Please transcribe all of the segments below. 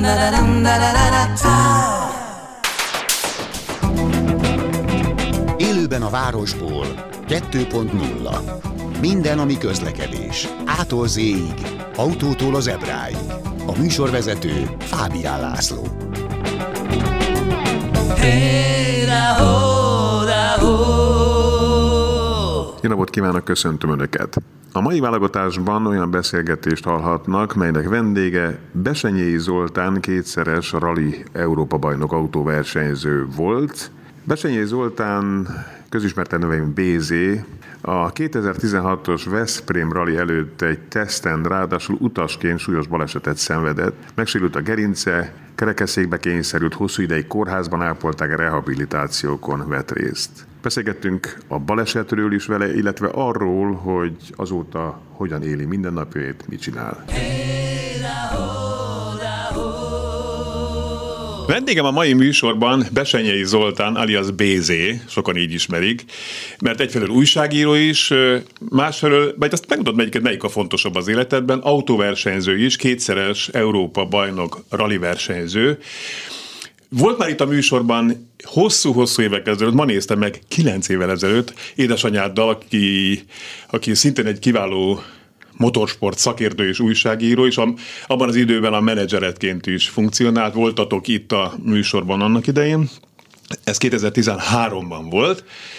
Élőben a városból 2.0. Minden, ami közlekedés. A-tól Z-ig, autótól az ebráig. A műsorvezető Fábián László. Jó napot kívánok, köszöntöm Önöket! A mai válogatásban olyan beszélgetést hallhatnak, melynek vendége Bessenyei Zoltán, kétszeres rali Európa-bajnok autóversenyző volt. Bessenyei Zoltán, közismerten nevén BZ, a 2016-os Veszprém rali előtt egy teszten ráadásul utasként súlyos balesetet szenvedett. Megsérült a gerince, kerekesszékbe kényszerült, hosszú ideig kórházban ápolták, rehabilitációkon vett részt. Beszélgettünk a balesetről is vele, illetve arról, hogy azóta hogyan éli mindennapjait, mit csinál. Vendégem a mai műsorban Bessenyei Zoltán, alias BZ, sokan így ismerik, mert egyfelől újságíró is, másfelől, vagy azt megmondod, melyik a fontosabb az életedben, autóversenyző is, kétszeres Európa bajnok rali versenyző. Volt már itt a műsorban hosszú-hosszú évek ezelőtt, ma néztem meg 9 évvel ezelőtt, édesanyáddal, aki szintén egy kiváló motorsport szakértő és újságíró, és abban az időben a menedzseretként is funkcionált. Voltatok itt a műsorban annak idején. Ez 2013-ban volt.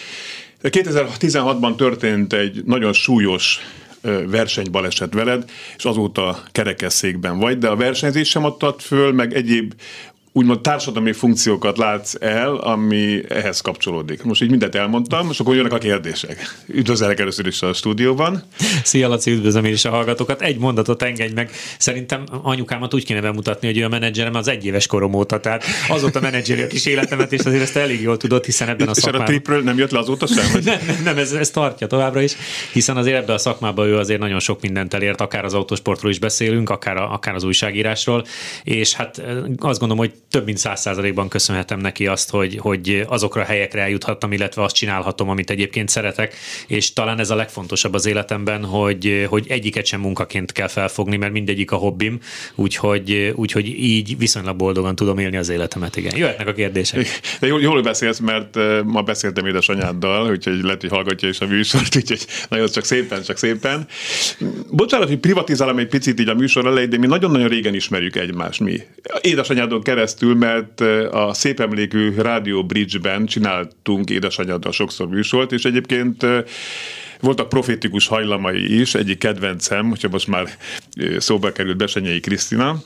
2016-ban történt egy nagyon súlyos versenybaleset veled, és azóta kerekesszékben vagy, de a versenyzés sem adtad föl, meg egyéb úgymond társadalmi funkciókat látsz el, ami ehhez kapcsolódik. Most így mindent elmondtam, és akkor jönnek a kérdések. Üdvözlök először is a stúdióban. Szia Laci, üdvözlöm én is a hallgatókat. Egy mondatot engedj meg. Szerintem anyukámat úgy kéne bemutatni, hogy ő a menedzserem az 1 éves korom óta, tehát azóta menedzseri a kis életemet, és azért ezt elég jól tudod, hiszen ebben a szakmában... És a tripről nem jött le azóta sem? Nem, ez tartja továbbra is, hiszen azért ebben a szakmában ő azért nagyon sok mindent elért, akár az autósportról is beszélünk, akár az újságírásról, és hát azt gondolom, hogy több mint 100%-ban köszönhetem neki azt, hogy azokra a helyekre eljuthattam, illetve azt csinálhatom, amit egyébként szeretek, és talán ez a legfontosabb az életemben, hogy egyiket sem munkaként kell felfogni, mert mindegyik a hobbim, úgyhogy így viszonylag boldogan tudom élni az életemet, igen. Jöhetnek a kérdések. De jól beszélsz, mert ma beszéltem édesanyáddal, úgyhogy lehet, hogy hallgatja is a műsort, úgyhogy nagyon csak szépen. Bocsánat, hogy privatizálom egy picit így a műsor elején, de mi nagyon-nagyon régen ismerjük egymást, mi. Édesanyádon keresztül, mert a szép emlékű Rádió Bridge-ben csináltunk édesanyáddal sokszor műsort, és egyébként voltak profétikus hajlamai is, egyik kedvencem, hogyha most már szóba került Bessenyei Krisztina,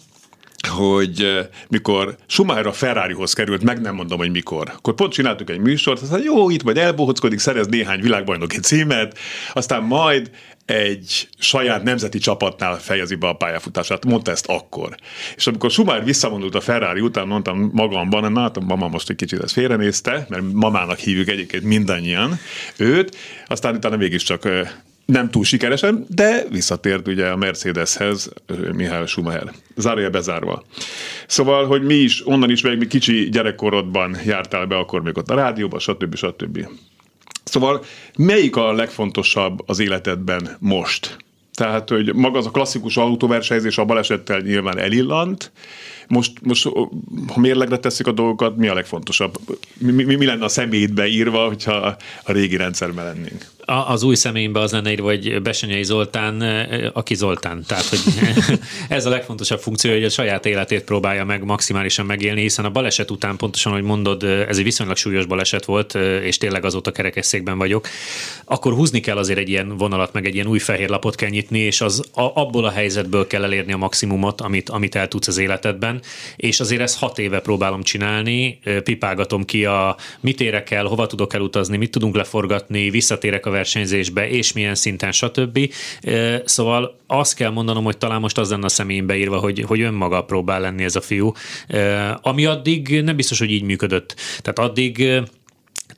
hogy mikor Schumacher a Ferrarihoz került, meg nem mondom, hogy mikor. Akkor pont csináltuk egy műsort, aztán jó, itt majd elbohockodik, szerez néhány világbajnoki címet, aztán majd egy saját nemzeti csapatnál fejezi be a pályafutását. Mondta ezt akkor. És amikor Schumacher visszamondult a Ferrari után, mondtam magamban, na, a mama most egy kicsit ezt félrenézte, mert mamának hívjuk egyébként mindannyian őt, aztán utána mégiscsak nem túl sikeresen, de visszatért ugye a Mercedeshez Michael Schumacher. Zárója bezárva. Szóval, hogy mi is, onnan is még kicsi gyerekkorodban jártál be, akkor még ott a rádióban, stb. Szóval melyik a legfontosabb az életedben most? Tehát, hogy maga az a klasszikus autóversenyzés a balesettel nyilván elillant. Most ha mérlegre teszik a dolgokat, mi a legfontosabb? Mi lenne a személyedbe írva, hogyha a régi rendszerben lennénk? Az új személyemben az lenne írva, hogy Bessenyei Zoltán, aki Zoltán. Tehát, hogy ez a legfontosabb funkció, hogy a saját életét próbálja meg maximálisan megélni, hiszen a baleset után pontosan, hogy mondod, ez egy viszonylag súlyos baleset volt, és tényleg azóta kerekesszékben vagyok, akkor húzni kell azért egy ilyen vonalat, meg egy ilyen új fehér lapot kell nyitni, és abból a helyzetből kell elérni a maximumot, amit el tudsz az életedben, és azért ezt 6 éve próbálom csinálni, pipálgatom ki mit érek el, hova tudok elutazni, mit tudunk leforgatni, visszatérek a versenyzésbe, és milyen szinten, stb. Szóval azt kell mondanom, hogy talán most az lenne a személyembe írva, hogy önmaga próbál lenni ez a fiú, ami addig nem biztos, hogy így működött. Tehát addig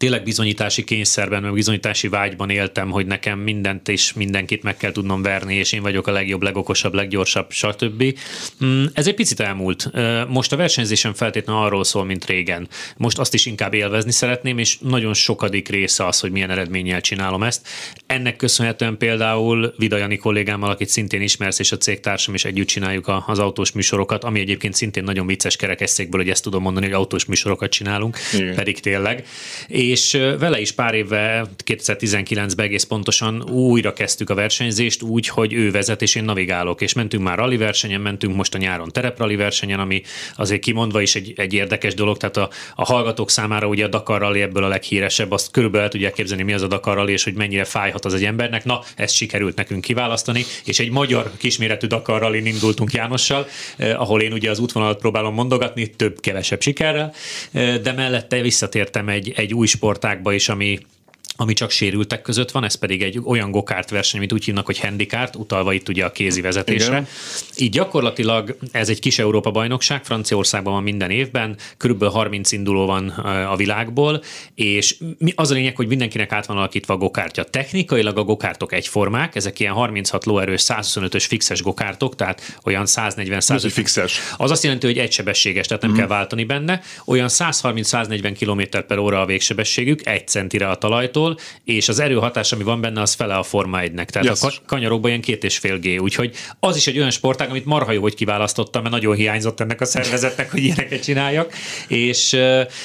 tényleg bizonyítási kényszerben, meg bizonyítási vágyban éltem, hogy nekem mindent és mindenkit meg kell tudnom verni, és én vagyok a legjobb, legokosabb, leggyorsabb, stb. Ez egy picit elmúlt. Most a versenyzésem feltétlenül arról szól, mint régen. Most azt is inkább élvezni szeretném, és nagyon sokadik része az, hogy milyen eredménnyel csinálom ezt. Ennek köszönhetően például Vida Jani kollégámmal, akit szintén ismersz, és a cégtársam is együtt csináljuk az autós műsorokat, ami egyébként szintén nagyon vicces kerekesszékből, hogy ezt tudom mondani, hogy autós műsorokat csinálunk, igen. Pedig tényleg. És vele is pár évvel, 2019-ben egész pontosan újra kezdtük a versenyzést úgy, hogy ő vezet, és én navigálok. És mentünk már rally versenyen, mentünk most a nyáron tereprally versenyen, ami azért kimondva is egy érdekes dolog. Tehát a hallgatók számára ugye a Dakar Rally ebből a leghíresebb, azt körülbelül el tudják képzelni, mi az a Dakar Rally, és hogy mennyire fájhat az egy embernek. Na, ezt sikerült nekünk kiválasztani, és egy magyar kisméretű Dakar Rallyn indultunk Jánossal, ahol én ugye az útvonalat próbálom mondogatni, több-kevesebb sikerrel, de mellette visszatértem egy új sportágba is, ami csak sérültek között van, ez pedig egy olyan gokárt verseny, amit úgy hívnak, hogy handikárt, utalva itt ugye a kézi vezetésre. Igen. Így gyakorlatilag ez egy kis Európa bajnokság, Franciaországban van minden évben, körülbelül 30 induló van a világból, és az a lényeg, hogy mindenkinek át van alakítva a gokártja. Technikailag a gokártok egyformák, ezek ilyen 36 lóerős, 125-ös fixes gokártok, tehát olyan 140-150. Fixes. Az azt jelenti, hogy egysebességes, tehát nem kell váltani benne. Olyan 130-140 km/h a végsebességük, 1 centire a talajtól, és az erőhatás, ami van benne, az fele a Forma 1-nek. Tehát a kanyarokban ilyen 2,5 G. Úgyhogy az is egy olyan sportág, amit marha jó, hogy kiválasztottam, mert nagyon hiányzott ennek a szervezetnek, hogy ilyeneket csináljak. És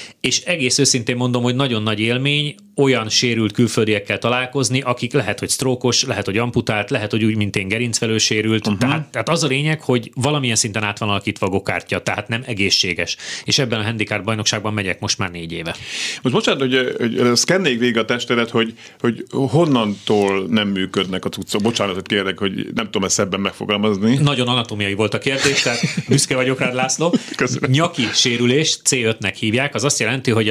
egész őszintén mondom, hogy nagyon nagy élmény olyan sérült külföldiekkel találkozni, akik lehet, hogy sztrókos, lehet, hogy amputált, lehet, hogy úgy, mint én gerincvelő sérült. Tehát az a lényeg, hogy valamilyen szinten át van alakítva a gokártya, tehát nem egészséges. És ebben a handicap bajnokságban megyek most már 4 éve. Most bocsánat, hogy szkennék végig a testedet, hogy honnantól nem működnek a cuccok. Bocsánatot kérlek, hogy nem tudom ezt szebben megfogalmazni. Nagyon anatómiai volt a kérdés, tehát büszke vagyok rád, László. Köszönöm. Nyaki sérülés, C5-nek hívják, az azt jelenti, hogy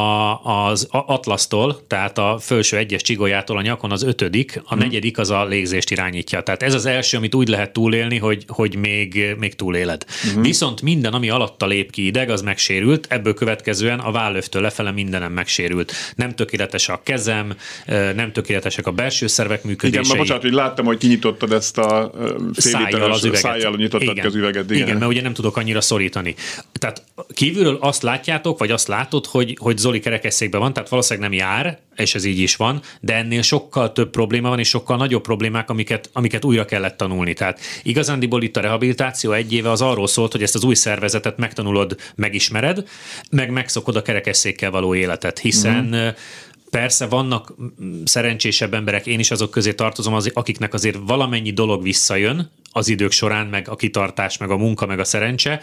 az atlasztól, tehát a felső 1-es csigolyától a nyakon az 5., a 4. az a légzést irányítja. Tehát ez az első, amit úgy lehet túlélni, hogy még túléled. Viszont minden, ami alatta lép ki ideg, az megsérült, ebből következően a vállöftől lefele mindenem megsérült. Nem tökéletes a kezem, nem tökéletesek a belső szervek működései. Igen, bocsánat, hogy láttam, hogy kinyitottad ezt a szájjal nyitottad az üveget. Igen, mert ugye nem tudok annyira szorítani. Tehát kívülről azt látjátok, vagy azt látod, hogy Zoli kerekesszékben van, tehát valószínűleg nem jár, és ez így is van, de ennél sokkal több probléma van, és sokkal nagyobb problémák, amiket újra kellett tanulni. Tehát igazándiból itt a rehabilitáció 1 éve az arról szólt, hogy ezt az új szervezetet megtanulod, megismered, meg megszokod a kerekesszékkel való életet, hiszen persze vannak szerencsésebb emberek, én is azok közé tartozom, akiknek azért valamennyi dolog visszajön az idők során, meg a kitartás, meg a munka, meg a szerencse,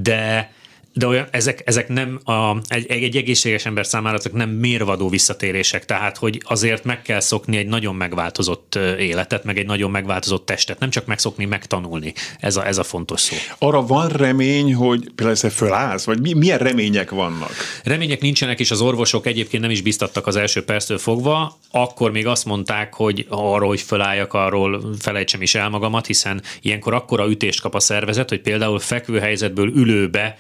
de olyan, ezek nem egy egészséges ember számára ezek nem mérvadó visszatérések, tehát hogy azért meg kell szokni egy nagyon megváltozott életet, meg egy nagyon megváltozott testet, nem csak megszokni, megtanulni. Ez a fontos szó. Arra van remény, hogy például ezt fölállsz, vagy milyen remények vannak? Remények nincsenek, és az orvosok egyébként nem is biztattak az első perctől fogva, akkor még azt mondták, hogy arról, hogy fölálljak, arról felejtsem is el magamat, hiszen ilyenkor akkora ütést kap a szervezet, hogy például fekvő helyzetből ülőbe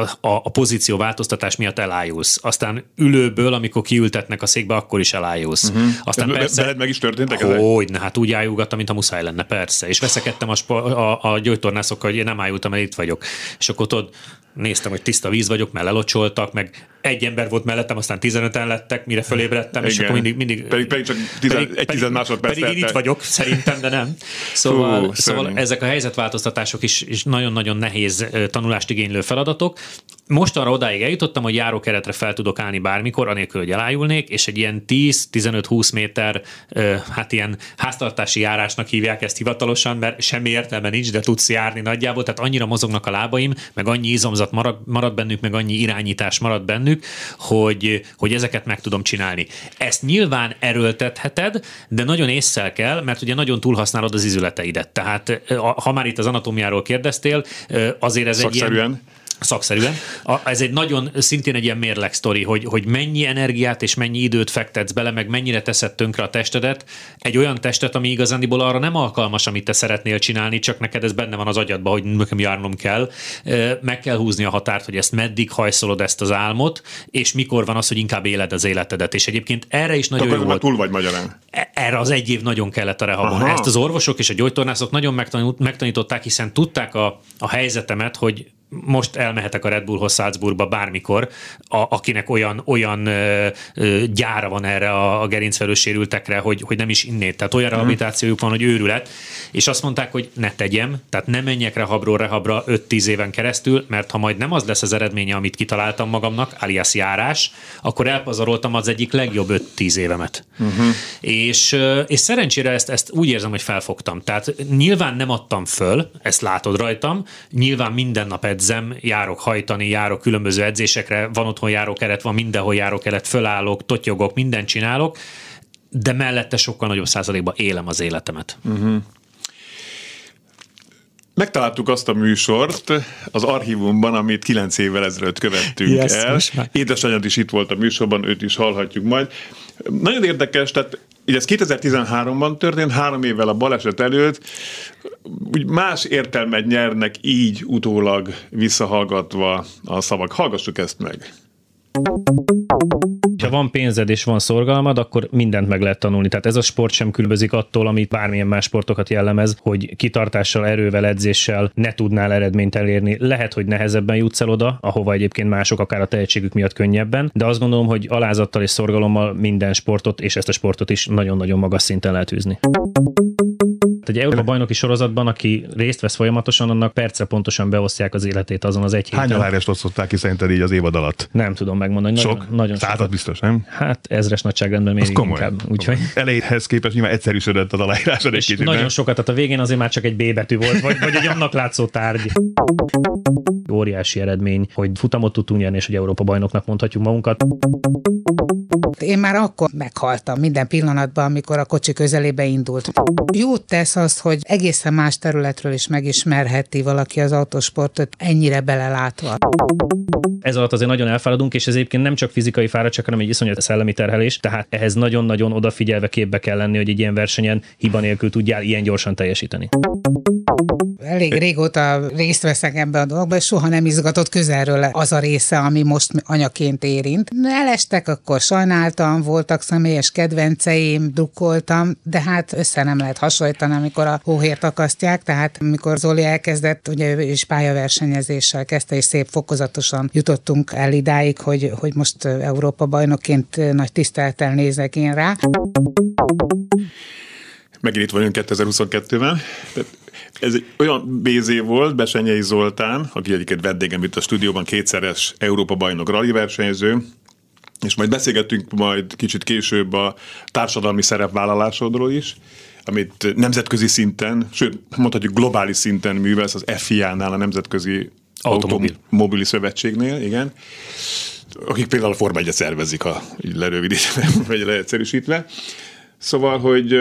a pozíció változtatás miatt elájulsz. Aztán ülőből, amikor kiültetnek a székbe, akkor is elájulsz. Aztán persze... Veled meg is történtek ezek? Hogyne, hát úgy ájulgattam, mintha muszáj lenne, persze. És veszekedtem a gyógytornászokkal, hogy én nem ájultam, mert itt vagyok. És akkor tudod, néztem, hogy tiszta víz vagyok, mert lelocsoltak, meg egy ember volt mellettem, aztán 15-en lettek, mire fölébredtem, és akkor mindig pedig csak 10 másodperc. Pedig én itt vagyok, szerintem, de nem. Szóval ezek a helyzetváltoztatások is nagyon-nagyon nehéz tanulást igénylő feladatok. Mostanra odáig eljutottam, hogy járókeretre fel tudok állni bármikor, anélkül, hogy elájulnék, és egy ilyen 10-15-20 méter, hát ilyen háztartási járásnak hívják ezt hivatalosan, mert semmi értelme nincs, de tudsz járni nagyjából, tehát annyira mozognak a lábaim, meg annyi izomzat marad bennük, meg annyi irányítás marad bennük, hogy ezeket meg tudom csinálni. Ezt nyilván erőltetheted, de nagyon ésszel kell, mert ugye nagyon túlhasználod az izületeidet. Tehát ha már itt az anatómiáról kérdeztél, azért ez egy ilyen... szakszerűen. Ez egy nagyon, szintén egy ilyen mérleg sztori, hogy mennyi energiát és mennyi időt fektetsz bele, meg mennyire teszed tönkre a testedet, egy olyan testet, ami igazándiból arra nem alkalmas, amit te szeretnél csinálni, csak neked ez benne van az agyadban, hogy nekem járnom kell. Meg kell húzni a határt, hogy ezt meddig hajszolod ezt az álmot, és mikor van az, hogy inkább éled az életedet. És egyébként erre is nagyon jó volt. Túl vagy magyarán. Erre az egy év nagyon kellett a rehabon. Aha. Ezt az orvosok és a gyógytornászok nagyon megtanították, hiszen tudták a helyzetemet, hogy most elmehetek a Red Bullhoz Salzburgba bármikor, akinek olyan gyára van erre a gerincvelő sérültekre, hogy nem is innét. Tehát olyan rehabilitációjuk van, hogy őrület. És azt mondták, hogy ne tegyem, tehát ne menjek rehabra 5-10 éven keresztül, mert ha majd nem az lesz az eredménye, amit kitaláltam magamnak, alias járás, akkor elpazaroltam az egyik legjobb 5-10 évemet. És szerencsére ezt úgy érzem, hogy felfogtam. Tehát nyilván nem adtam föl, ezt látod rajtam, nyilván minden nap edzem, járok hajtani, járok különböző edzésekre, van otthon járókeret, van mindenhol járókeret, fölállok, totyogok, mindent csinálok, de mellette sokkal nagyobb százalékban élem az életemet. Megtaláltuk azt a műsort az archívumban, amit 9 évvel ezelőtt követtünk el. Édesanyád is itt volt a műsorban, őt is hallhatjuk majd. Nagyon érdekes, tehát ugye ez 2013-ban történt, 3 évvel a baleset előtt, úgy más értelmet nyernek így utólag visszahallgatva a szavak. Hallgassuk ezt meg. Ha van pénzed és van szorgalmad, akkor mindent meg lehet tanulni. Tehát ez a sport sem különbözik attól, amit bármilyen más sportokat jellemez, hogy kitartással, erővel, edzéssel ne tudnál eredményt elérni. Lehet, hogy nehezebben jutsz el oda, ahova egyébként mások akár a tehetségük miatt könnyebben, de azt gondolom, hogy alázattal és szorgalommal minden sportot, és ezt a sportot is nagyon-nagyon magas szinten lehet űzni. Egy Európa bajnoki sorozatban, aki részt vesz folyamatosan, annak percre pontosan beosztják az életét azon az egy héten. Hány aláírást osztották ki szerinted így az évad alatt? Nem tudom megmondani. Sok? Nagyon Százat biztos, nem? Hát ezres nagyságrendben mérik inkább. Úgyhogy... Elejéhez képest nyilván egyszerűsödött az aláírásod egy kicsit. Nagyon sokat, tehát a végén azért már csak egy B betű volt, vagy egy annak látszó tárgy. Óriási eredmény, hogy futamot tudtunk nyerni, és hogy Európa bajnoknak mondhatjuk magunkat. Én már akkor meghaltam minden pillanatban, amikor a kocsi közelébe indult. Jót tesz az, hogy egészen más területről is megismerheti valaki az autósportot, ennyire belelátva. Ez alatt azért nagyon elfáradunk, és ez egyébként nem csak fizikai fáradtság, hanem egy iszonyat szellemi terhelés, tehát ehhez nagyon-nagyon odafigyelve képbe kell lenni, hogy egy ilyen versenyen hiba nélkül tudjál ilyen gyorsan teljesíteni. Elég régóta részt veszek ebbe a dologba, és soha nem izgatott közelről az a része, ami most anyaként érint. Elestek, akkor sajnáltam, voltak személyes kedvenceim, drukkoltam, de hát össze nem lehet hasonlítani, amikor a hóhért akasztják, tehát amikor Zoli elkezdett, ugye ő is pályaversenyezéssel kezdte, és szép fokozatosan jutottunk el idáig, hogy most Európa bajnokként nagy tisztelettel nézek én rá. Megint itt vagyunk 2022-ben. Ez egy olyan BZ volt, Besenyei Zoltán, aki egyiket vendégem itt a stúdióban, 2-szeres Európa bajnok rali versenyző, és majd beszélgettünk majd kicsit később a társadalmi szerepvállalásodról is, amit nemzetközi szinten, sőt, mondhatjuk globális szinten művelsz az FIA-nál, a Nemzetközi Automobili Szövetségnél, igen, akik például a Forma 1-et szervezik, így lerövidítve, vagy leegyszerűsítve. Szóval, hogy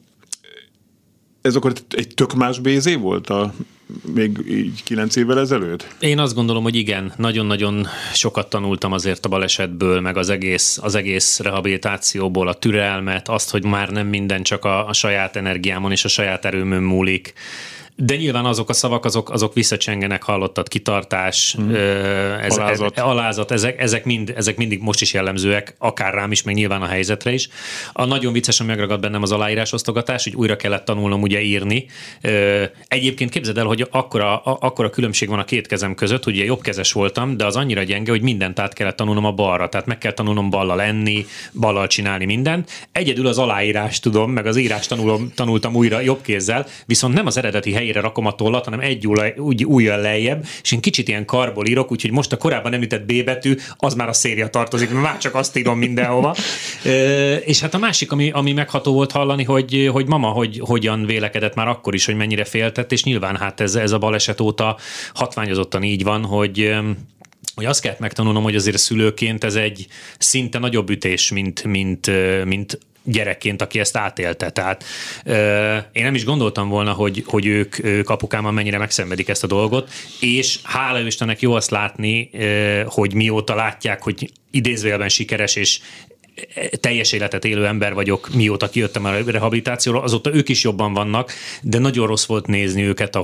ez akkor egy tök más BZ volt még így 9 évvel ezelőtt? Én azt gondolom, hogy igen, nagyon-nagyon sokat tanultam azért a balesetből, meg az egész rehabilitációból, a türelmet, azt, hogy már nem minden csak a saját energiámon és a saját erőmön múlik. De nyilván azok a szavak, azok visszacsengenek, hallottad, kitartás, alázat, ezek mindig most is jellemzőek, akár rám is, meg nyilván a helyzetre is. A nagyon viccesen megragad bennem az aláírásosztogatás, hogy újra kellett tanulnom ugye írni. Egyébként képzeld el, hogy akkora különbség van a két kezem között, hogy ugye jobbkezes voltam, de az annyira gyenge, hogy mindent át kellett tanulnom a balra, tehát meg kell tanulnom ballal enni, ballal csinálni mindent. Egyedül az aláírást tudom, meg az írást tanultam újra jobb kézzel, viszont nem az eredeti helyére rakom a tollat, hanem egy ujjal lejjebb, és én kicsit ilyen karból írok, úgyhogy most a korábban említett B betű, az már a széria tartozik, mert már csak azt írom mindenhova. És hát a másik, ami megható volt hallani, hogy mama hogyan vélekedett már akkor is, hogy mennyire féltett, és nyilván hát ez a baleset óta hatványozottan így van, hogy azt kellett megtanulnom, hogy azért szülőként ez egy szinte nagyobb ütés, mint gyerekként, aki ezt átélte. Tehát én nem is gondoltam volna, hogy ők apukámmal mennyire megszenvedik ezt a dolgot, és hála Istennek jó azt látni, hogy mióta látják, hogy idézőjelben sikeres és teljes életet élő ember vagyok, mióta kijöttem a rehabilitációról, azóta ők is jobban vannak, de nagyon rossz volt nézni őket,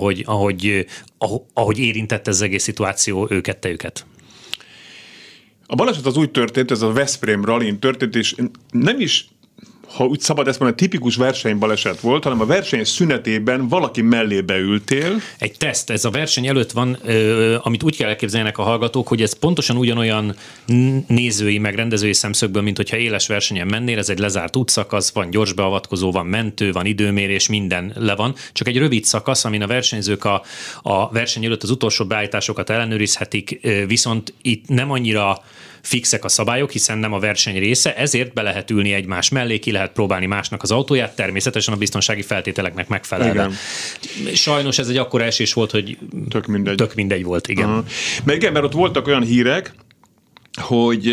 ahogy érintett ez az egész szituáció őket. A baleset az úgy történt, ez a Veszprém rallin történt, és nem is, ha úgy szabad ezt mondani, tipikus versenybaleset volt, hanem a verseny szünetében valaki mellébe ültél. Egy teszt, ez a verseny előtt van, amit úgy kell elképzeljenek a hallgatók, hogy ez pontosan ugyanolyan nézői, meg rendezői szemszögből, mint hogyha éles versenyen mennél, ez egy lezárt útszakasz, van gyors beavatkozó, van mentő, van időmérés, minden le van, csak egy rövid szakasz, amin a versenyzők a verseny előtt az utolsó beállításokat ellenőrizhetik, viszont itt nem annyira fixek a szabályok, hiszen nem a verseny része, ezért be lehet ülni egymás mellé, ki lehet próbálni másnak az autóját, természetesen a biztonsági feltételeknek megfelelve. Igen. Sajnos ez egy akkora esés volt, hogy tök mindegy volt, igen. Uh-huh. Mert ott voltak olyan hírek, hogy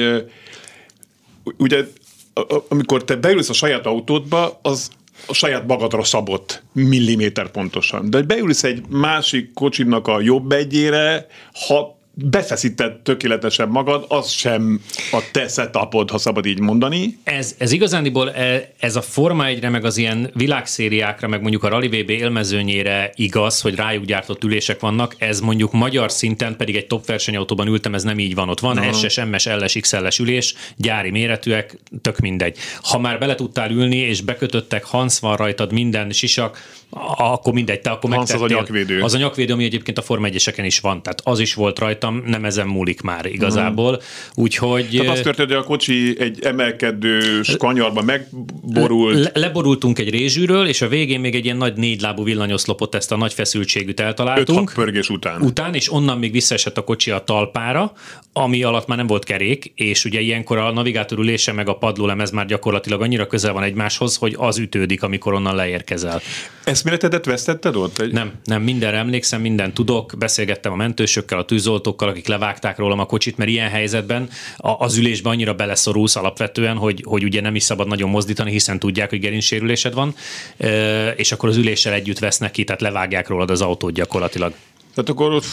ugye amikor te beülsz a saját autódba, az a saját magadra szabott milliméter pontosan. De beülsz egy másik kocsinak a jobb egyére, ha befeszíted tökéletesen magad, az sem a te setupod, ha szabad így mondani. Ez igazándiból ez a Forma 1-re, meg az ilyen világszériákra, meg mondjuk a Rally VB élmezőnyére igaz, hogy rájuk gyártott ülések vannak, ez mondjuk magyar szinten, pedig egy top versenyautóban ültem, ez nem így van. Ott van SS, MS, LS, XL-es ülés, gyári méretűek, tök mindegy. Ha már bele tudtál ülni, és bekötöttek, Hans van rajtad, minden sisak, akkor mindegy, te akkor megtettél. Az a nyakvédő. Az a nyakvédő, ami egyébként a Forma 1-eseken is van, tehát az is volt rajtam, nem ezen múlik már igazából. Úgyhogy... Tehát azt történt, hogy a kocsi egy emelkedős kanyarba megborult. Leborultunk egy rézsűről, és a végén még egy ilyen nagy 4 lábú villanyoszlopot, ezt a nagy feszültségűt eltaláltunk. 5-6 pörgés után. És onnan még visszaesett a kocsi a talpára, ami alatt már nem volt kerék, és ugye ilyenkor a navigátor ülése meg a padlólemez már gyakorlatilag annyira közel van egymáshoz, hogy az ütődik, amikor onnan leérkezel. Eszméletedet vesztetted ott? Nem, mindenre emlékszem, mindent tudok, beszélgettem a mentősökkel, a tűzoltókkal, akik levágták rólam a kocsit, mert ilyen helyzetben az ülésben annyira beleszorulsz alapvetően, hogy ugye nem is szabad nagyon mozdítani, hiszen tudják, hogy gerincsérülésed van, és akkor az üléssel együtt vesznek ki, tehát levágják rólad az autót gyakorlatilag. Tehát akkor ott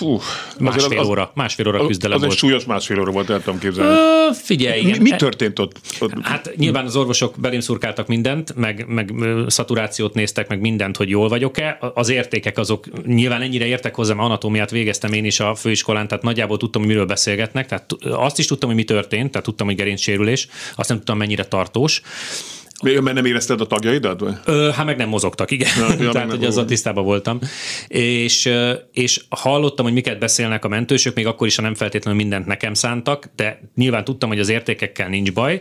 másfél óra küzdelem volt. Az egy súlyos másfél óra volt, el tudom képzelni. Figyelj, igen. Mi történt ott? Hát nyilván az orvosok belém szurkáltak mindent, meg szaturációt néztek, meg mindent, hogy jól vagyok-e. Az értékek azok nyilván ennyire értek hozzám, anatómiát végeztem én is a főiskolán, tehát nagyjából tudtam, hogy miről beszélgetnek. Tehát azt is tudtam, hogy mi történt, tehát tudtam, hogy gerincsérülés, azt nem tudtam, mennyire tartós. Mert nem érezted a tagjaidat? Vagy? Hát meg nem mozogtak, igen. Tehát, hogy azzal tisztában voltam. És hallottam, hogy miket beszélnek a mentősök, még akkor is, ha nem feltétlenül mindent nekem szántak, de nyilván tudtam, hogy az értékekkel nincs baj.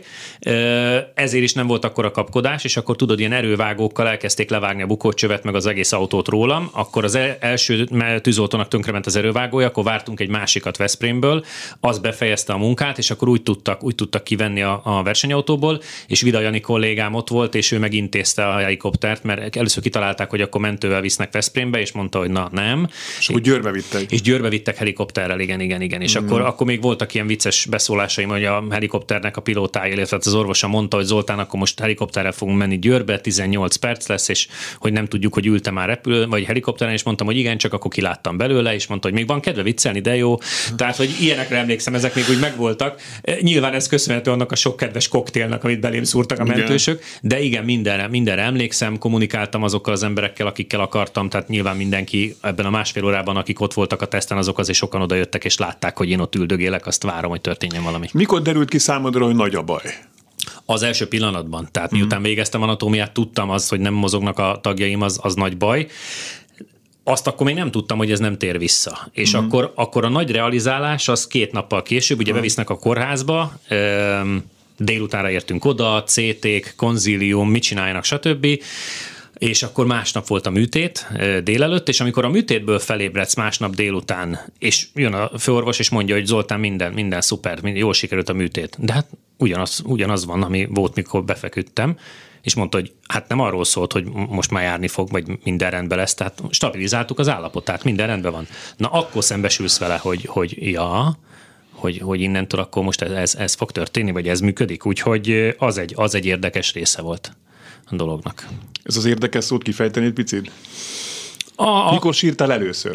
Ezért is nem volt akkora kapkodás, és akkor tudod, ilyen erővágókkal elkezdték levágni a bukócsövet, meg az egész autót rólam. Akkor az első tűzoltónak tönkrement az erővágója, akkor vártunk egy másikat Veszprémből, az befejezte a munkát, és akkor úgy tudtak kivenni a versenyautóból, és Vida Jani kollégám ott volt, és ő megintézte a helikoptert, mert először kitalálták, hogy akkor mentővel visznek Veszprémbe, és mondta, hogy na nem. És akkor Győrbe vittek. És Győrbe vittek helikopterrel, igen. És akkor még voltak ilyen vicces beszólásaim, hogy a helikopternek a pilótája, illetve az orvosa mondta, hogy Zoltán, akkor most helikopterrel fogunk menni Győrbe, 18 perc lesz, és hogy nem tudjuk, hogy ültem már repülő, vagy helikopteren, és mondtam, hogy igen, csak akkor kiláttam belőle, és mondta, hogy még van kedve viccelni, de jó. Tehát, hogy ilyenekre emlékszem, ezek még úgy megvoltak. Nyilván ez köszönhető annak a sok kedves koktélnak, amit belém szúrtak a mentősök. De igen, mindenre emlékszem, kommunikáltam azokkal az emberekkel, akikkel akartam, tehát nyilván mindenki ebben a másfél órában, akik ott voltak a teszten, azok azért sokan odajöttek és látták, hogy én ott üldögélek, azt várom, hogy történjen valami. Mikor derült ki számodra, hogy nagy a baj? Az első pillanatban, tehát miután végeztem anatómiát, tudtam azt, hogy nem mozognak a tagjaim, az nagy baj. Azt akkor még nem tudtam, hogy ez nem tér vissza. És akkor a nagy realizálás az 2 nappal később, ugye bevisznek a kórházba, délutánra értünk oda, CT-k, konzílium, mit csináljanak, stb. És akkor másnap volt a műtét délelőtt, és amikor a műtétből felébredsz másnap délután, és jön a főorvos, és mondja, hogy Zoltán, minden szuper, jól sikerült a műtét. De hát ugyanaz van, ami volt, mikor befeküdtem, és mondta, hogy hát nem arról szólt, hogy most már járni fog, vagy minden rendben lesz, tehát stabilizáltuk az állapotát, minden rendben van. Na akkor szembesülsz vele, hogy innentől akkor most ez fog történni, vagy ez működik. Úgyhogy az egy érdekes része volt. a dolognak. Ez az érdekes szót kifejteni egy picit? Mikor sírtál először?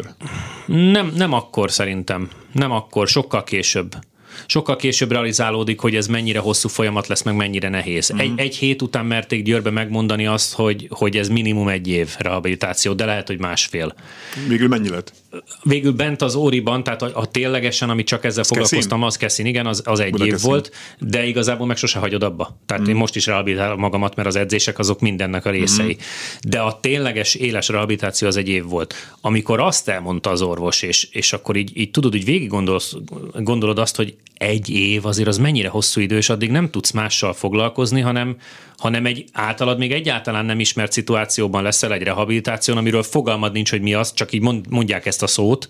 Nem akkor szerintem. Nem akkor, sokkal később. Sokkal később realizálódik, hogy ez mennyire hosszú folyamat lesz, meg mennyire nehéz. Egy hét után merték Győrbe megmondani azt, hogy ez minimum 1 év rehabilitáció, de lehet, hogy 1,5. Végül mennyi lett? Végül bent az Óriban, tehát a ténylegesen, ami csak ezzel foglalkoztam, az Keszin, igen, az 1 év volt, de igazából meg sose hagyod abba. Tehát én most is rehabilitálom magamat, mert az edzések azok mindennek a részei. De a tényleges éles rehabilitáció az 1 év volt. Amikor azt elmondta az orvos, és akkor így tudod, hogy végig gondolod azt, hogy 1 év azért az mennyire hosszú idő, és addig nem tudsz mással foglalkozni, hanem egy általad még egyáltalán nem ismert szituációban leszel egy rehabilitáción, amiről fogalmad nincs, hogy mi az, csak így mondják ezt a szót,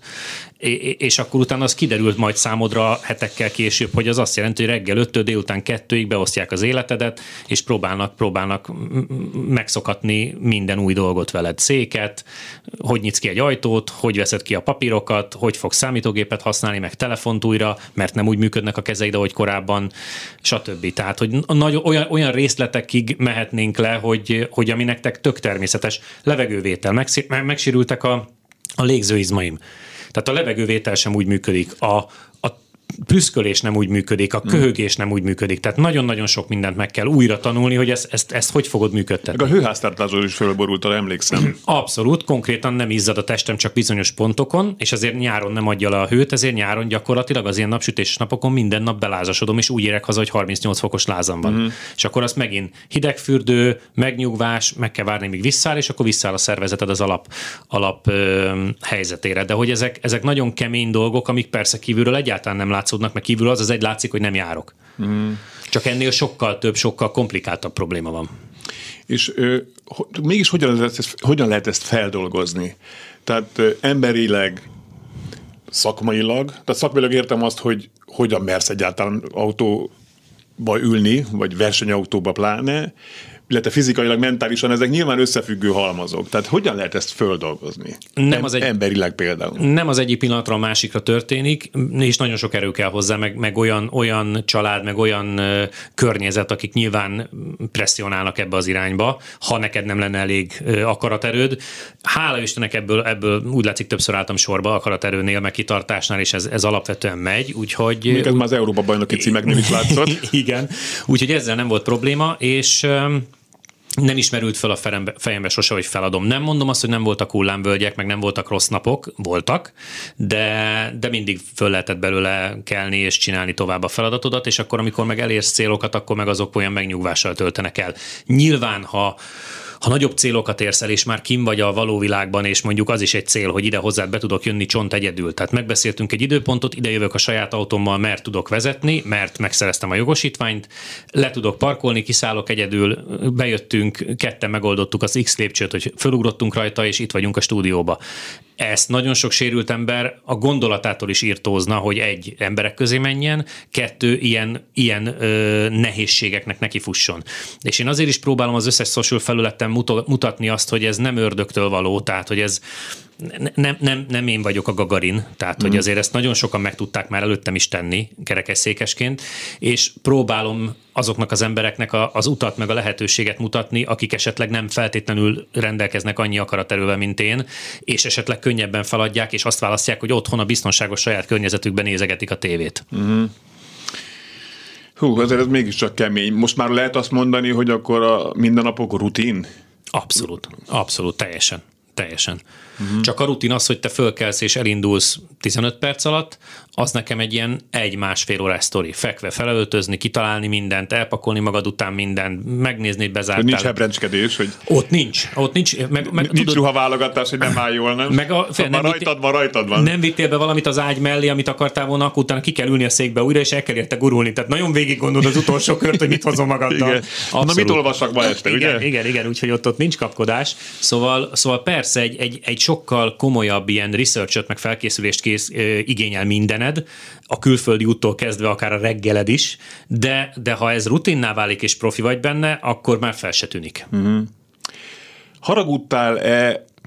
és akkor utána az kiderült majd számodra hetekkel később, hogy az azt jelenti, hogy reggel 5-től délután 2-ig beosztják az életedet, és próbálnak megszokatni minden új dolgot veled. Széket, hogy nyitsz ki egy ajtót, hogy veszed ki a papírokat, hogy fogsz számítógépet használni, meg telefont újra, mert nem úgy működnek a kezeid, ahogy korábban, stb. Tehát, hogy olyan részletekig mehetnénk le, hogy ami nektek tök természetes. Levegővétel, megsérültek a légzőizmaim. Tehát a levegővétel sem úgy működik, a prüszkölés nem úgy működik, a köhögés nem úgy működik. Tehát nagyon-nagyon sok mindent meg kell újra tanulni, hogy ezt hogy fogod működtetni. Meg a hőháztartásról is fölborult, emlékszem. Abszolút, konkrétan nem izzad a testem csak bizonyos pontokon, és azért nyáron nem adja le a hőt, ezért nyáron gyakorlatilag az ilyen napsütéses napokon minden nap belázasodom, és úgy érek haza, hogy 38 fokos lázam van. És akkor azt megint hidegfürdő, megnyugvás, meg kell várni, míg visszáll, és akkor visszáll a szervezeted az alap helyzetére. De hogy ezek nagyon kemény dolgok, amik persze kívülről egyáltalán nem látszódnak, meg kívül az egy látszik, hogy nem járok. Csak ennél sokkal több, sokkal komplikáltabb probléma van. És mégis hogyan lehet ezt feldolgozni? Tehát emberileg, szakmailag, tehát szakmailag értem azt, hogy hogyan mersz egyáltalán autóba ülni, vagy versenyautóba pláne, illetve fizikailag, mentálisan ezek nyilván összefüggő halmazok. Tehát hogyan lehet ezt földolgozni? Emberileg például. Nem az egyik pillanatra a másikra történik, és nagyon sok erő kell hozzá, meg olyan család, meg olyan környezet, akik nyilván presszionálnak ebbe az irányba, ha neked nem lenne elég akaraterőd. Hála Istennek ebből úgy látszik többször álltam sorba akaraterőnél, meg kitartásnál, és ez alapvetően megy, úgyhogy... Még ez már az Európa-bajnoki címeknél is látszott. Igen, úgyhogy ezzel nem volt probléma, és nem ismerült fel a fejembe sose, hogy feladom. Nem mondom azt, hogy nem voltak hullámvölgyek, meg nem voltak rossz napok, voltak, de mindig föl lehetett belőle kelni és csinálni tovább a feladatodat, és akkor, amikor meg elérsz célokat, akkor meg azok olyan megnyugvással töltenek el. Nyilván, ha nagyobb célokat érsz el, és már kim vagy a való világban, és mondjuk az is egy cél, hogy ide hozzád be tudok jönni csont egyedül. Tehát megbeszéltünk egy időpontot, ide jövök a saját autómmal, mert tudok vezetni, mert megszereztem a jogosítványt, le tudok parkolni, kiszállok egyedül, bejöttünk, ketten megoldottuk az X lépcsőt, hogy fölugrottunk rajta, és itt vagyunk a stúdióba. Ezt nagyon sok sérült ember a gondolatától is írtózna, hogy 1, emberek közé menjen, 2, ilyen nehézségeknek nekifusson. És én azért is próbálom az összes social felületen mutatni azt, hogy ez nem ördögtől való, tehát hogy ez nem én vagyok a Gagarin, tehát hogy azért ezt nagyon sokan meg tudták már előttem is tenni kerekesszékesként, és próbálom azoknak az embereknek az utat meg a lehetőséget mutatni, akik esetleg nem feltétlenül rendelkeznek annyi akaraterővel, mint én, és esetleg könnyebben feladják, és azt választják, hogy otthon a biztonságos saját környezetükben nézegetik a tévét. Hú, azért ez mégiscsak kemény. Most már lehet azt mondani, hogy akkor a mindennapok rutin? Abszolút, teljesen. Csak a rutin az, hogy te fölkelsz és elindulsz 15 perc alatt, az nekem egy ilyen 1-1,5 órás sztori. Fekve felöltözni, kitalálni mindent, elpakolni magad után mindent, megnézni, hogy bezártál. Nincs hebrencskedés, hogy... Ott nincs. Nincs ruhaválogatás, hogy nem áll jól, nem? Rajtad van. Nem vittél be valamit az ágy mellé, amit akartál volna, akkor utána ki kell ülni a székbe újra, és el kell érte gurulni. Tehát nagyon végig gondolod az utolsó kört, hogy mit hozom magaddal. Igen. Na mit olvassak ma este, ugye? Igen, úgyhogy ott nincs kapkodás. Szóval persze egy sokkal komolyabb ilyen research-öt, meg felkészülést igényel mindened, a külföldi úttól kezdve akár a reggeled is, de ha ez rutinná válik és profi vagy benne, akkor már fel se tűnik. Haragudtál-e a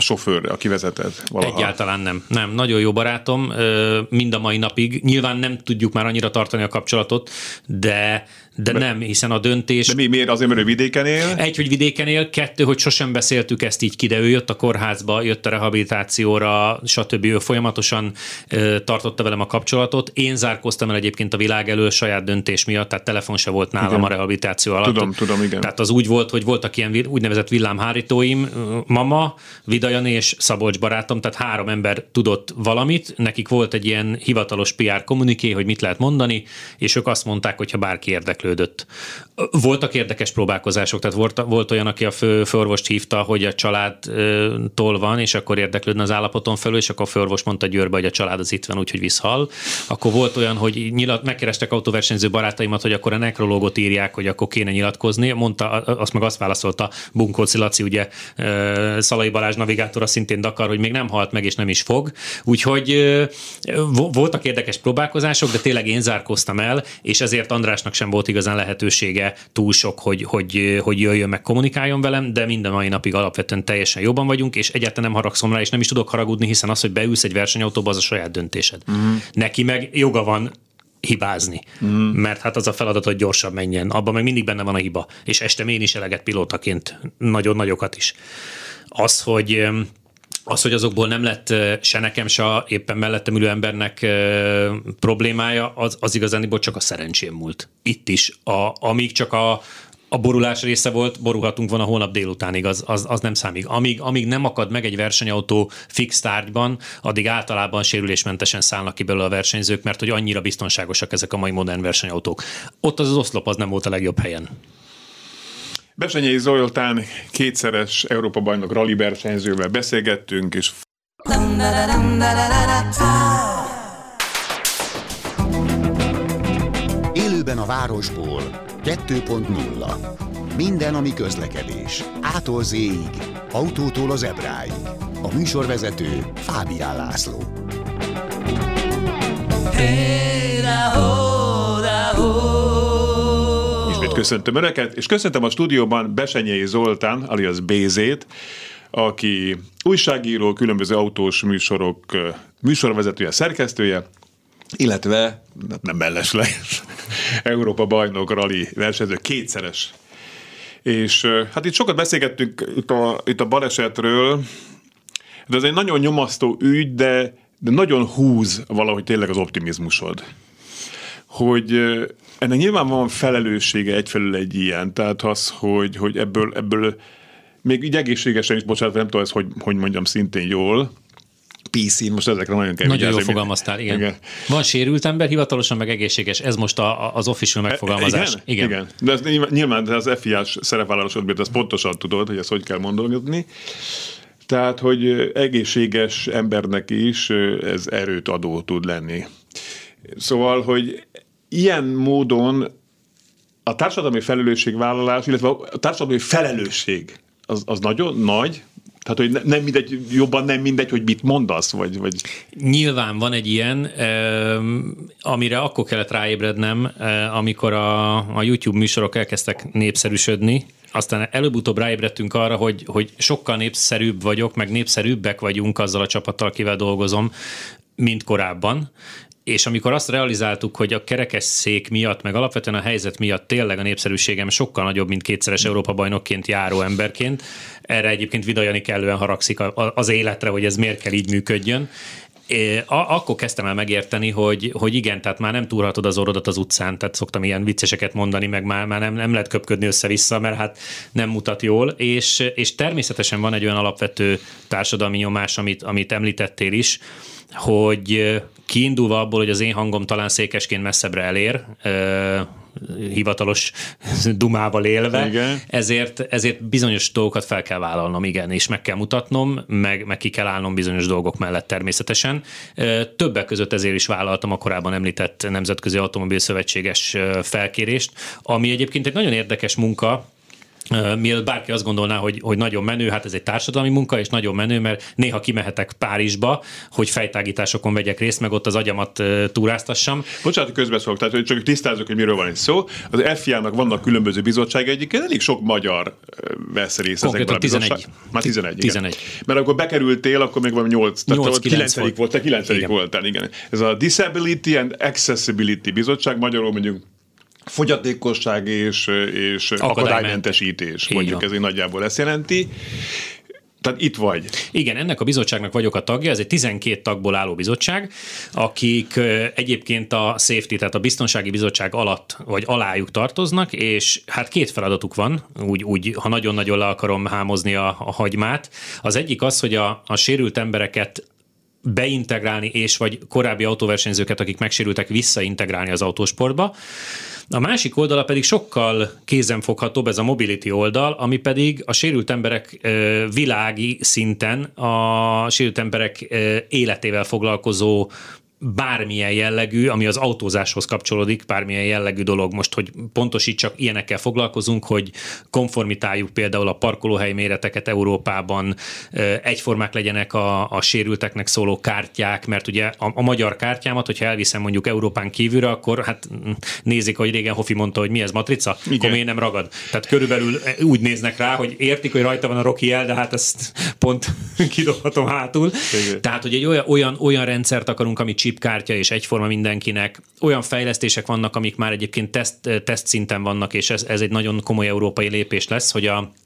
sofőrre, aki vezetett valaha? Egyáltalán nem. Nem, nagyon jó barátom, mind a mai napig. Nyilván nem tudjuk már annyira tartani a kapcsolatot, de nem, hiszen a döntés... De miért? Azért, mert ő vidéken él? Egy, hogy vidéken él, kettő, hogy sosem beszéltük ezt így ki, de ő jött a kórházba, jött a rehabilitációra, stb. Ő folyamatosan tartotta velem a kapcsolatot. Én zárkóztam el egyébként a világ elől saját döntés miatt, tehát telefon se volt nálam igen. a rehabilitáció alatt. Tudom, igen. Tehát az úgy volt, hogy voltak ilyen úgynevezett villámhárítóim, mama, Vida Jani és Szabolcs barátom, tehát 3 ember tudott valamit, nekik volt egy ilyen hivatalos PR kommuniké, hogy mit lehet mondani, és ők azt mondták, hogy ha bárki érdeklődött. Voltak érdekes próbálkozások, tehát volt olyan, aki a főorvost hívta, hogy a családtól van, és akkor érdeklődne az állapoton felül, és akkor a főorvos mondta Győrbe, hogy a család az itt van, úgyhogy visszhall. Akkor volt olyan, hogy megkerestek autóversenyző barátaimat, hogy akkor a nekrológot írják, hogy akkor kéne nyilatkozni. Mondta, azt válaszolta Bunkóci Laci, ugye Szalai Balázs navigátora, szintén Dakar, hogy még nem halt meg, és nem is fog. Úgyhogy voltak érdekes próbálkozások, de tényleg én zárkóztam el, és ezért Andrásnak sem volt igazán lehetősége túl sok, hogy jöjjön meg, kommunikáljon velem, de minden mai napig alapvetően teljesen jobban vagyunk, és egyáltalán nem haragszom rá, és nem is tudok haragudni, hiszen az, hogy beülsz egy versenyautóba, az a saját döntésed. Neki meg joga van hibázni, mert hát az a feladat, hogy gyorsabb menjen. Abban meg mindig benne van a hiba, és estem én is eleget pilótaként, nagyon nagyokat is. Az, hogy azokból nem lett se nekem, se éppen mellettem ülő embernek problémája, az igazániból csak a szerencsém múlt. Itt is. Amíg csak a borulás része volt, borulhatunk volna holnap délutánig, az nem számít. Amíg nem akad meg egy versenyautó fix tárgyban, addig általában sérülésmentesen szállnak ki belőle a versenyzők, mert hogy annyira biztonságosak ezek a mai modern versenyautók. Ott az oszlop az nem volt a legjobb helyen. Bessenyei Zoltán 2-szeres Európa-bajnok rali versenyzővel beszélgettünk, és Élőben a városból 2.0. Minden, ami közlekedés. A-tól Z-ig, autótól az Ebráig. A műsorvezető Fábián László. Ismét köszöntöm Önöket, és köszöntöm a stúdióban Bessenyei Zoltán, alias BZ-t, aki újságíró, különböző autós műsorok műsorvezetője, szerkesztője, illetve nem mellesleges Európa-bajnok rali versenyző, 2-szeres. És hát itt sokat beszélgettünk itt a balesetről, de ez egy nagyon nyomasztó ügy, de nagyon húz valahogy tényleg az optimizmusod. Hogy ennek nyilván van felelőssége egyfelől egy ilyen, tehát az, hogy ebből még így egészségesen is, bocsánat, nem tudom ezt, hogy mondjam szintén jól, PC, most ezekre nagyon kell vigyázni. Nagyon jól fogalmaztál, igen. Van sérült ember, hivatalosan meg egészséges. Ez most az official megfogalmazás. Igen. De ez nyilván az FIA-s szerepvállalásodban ezt pontosan tudod, hogy ezt hogy kell mondogatni. Tehát, hogy egészséges embernek is ez erőt adó tud lenni. Szóval, hogy ilyen módon a társadalmi felelősségvállalás, illetve a társadalmi felelősség az nagyon nagy. Tehát, hogy nem mindegy, jobban nem mindegy, hogy mit mondasz, vagy... Nyilván van egy ilyen, amire akkor kellett ráébrednem, amikor a YouTube műsorok elkezdtek népszerűsödni, aztán előbb-utóbb ráébredtünk arra, hogy sokkal népszerűbb vagyok, meg népszerűbbek vagyunk azzal a csapattal, akivel dolgozom, mint korábban. És amikor azt realizáltuk, hogy a kerekesszék miatt, meg alapvetően a helyzet miatt tényleg a népszerűségem sokkal nagyobb, mint 2-szeres Európa-bajnokként járó emberként, erre egyébként Vida Jani kellően haragszik az életre, hogy ez miért kell így működjön, akkor kezdtem el megérteni, hogy igen, tehát már nem túrhatod az orrodat az utcán, tehát szoktam ilyen vicceseket mondani, meg már nem lehet köpködni össze-vissza, mert hát nem mutat jól, és természetesen van egy olyan alapvető társadalmi nyomás, amit említettél is, hogy kiindulva abból, hogy az én hangom talán székesként messzebbre elér, hivatalos dumával élve, ezért bizonyos dolgokat fel kell vállalnom, igen, és meg kell mutatnom, meg ki kell állnom bizonyos dolgok mellett természetesen. Többek között ezért is vállaltam a korábban említett Nemzetközi Automobil Szövetséges felkérést, ami egyébként egy nagyon érdekes munka, mielőtt bárki azt gondolná, hogy nagyon menő, hát ez egy társadalmi munka, és nagyon menő, mert néha kimehetek Párizsba, hogy fejtágításokon vegyek részt, meg ott az agyamat túráztassam. Bocsánat, hogy közbeszólok, tehát csak tisztázzuk, hogy miről van itt szó. Az FIA-nak vannak különböző bizottságai, egyébként elég sok magyar vesz részt ezekben a bizottság. Már 11. Mert akkor bekerültél, akkor még van 8. 9 volt, te 9 voltál, igen. Ez a Disability and Accessibility bizottság, magyarul mondjuk fogyatékosság és akadálymentesítés, mondjuk ez nagyjából ezt jelenti. Tehát itt vagy. Igen, ennek a bizottságnak vagyok a tagja, ez egy 12 tagból álló bizottság, akik egyébként a safety, tehát a biztonsági bizottság alatt vagy alájuk tartoznak, és hát két feladatuk van, úgy ha nagyon-nagyon le akarom hámozni a hagymát. Az egyik az, hogy a sérült embereket beintegrálni, és vagy korábbi autóversenyzőket, akik megsérültek, visszaintegrálni az autósportba. A másik oldala pedig sokkal kézenfoghatóbb, ez a mobility oldal, ami pedig a sérült emberek világi szinten a sérült emberek életével foglalkozó bármilyen jellegű, ami az autózáshoz kapcsolódik, bármilyen jellegű dolog. Most, hogy pontosítsak, ilyenekkel foglalkozunk, hogy konformitáljuk például a parkolóhely méreteket Európában, egyformák legyenek a sérülteknek szóló kártyák, mert ugye a magyar kártyámat, hogyha elviszem mondjuk Európán kívülre, akkor hát nézik, hogy régen Hofi mondta, hogy mi ez, matrica? Igen. Akkor miért nem ragad? Tehát körülbelül úgy néznek rá, hogy értik, hogy rajta van a Rocky jel, de hát ezt pont kidobhatom hátul. Igen. Tehát, hogy egy olyan rendszert akarunk, ami chipkártya és egyforma mindenkinek. Olyan fejlesztések vannak, amik már egyébként teszt szinten vannak, és ez egy nagyon komoly európai lépés lesz, hogy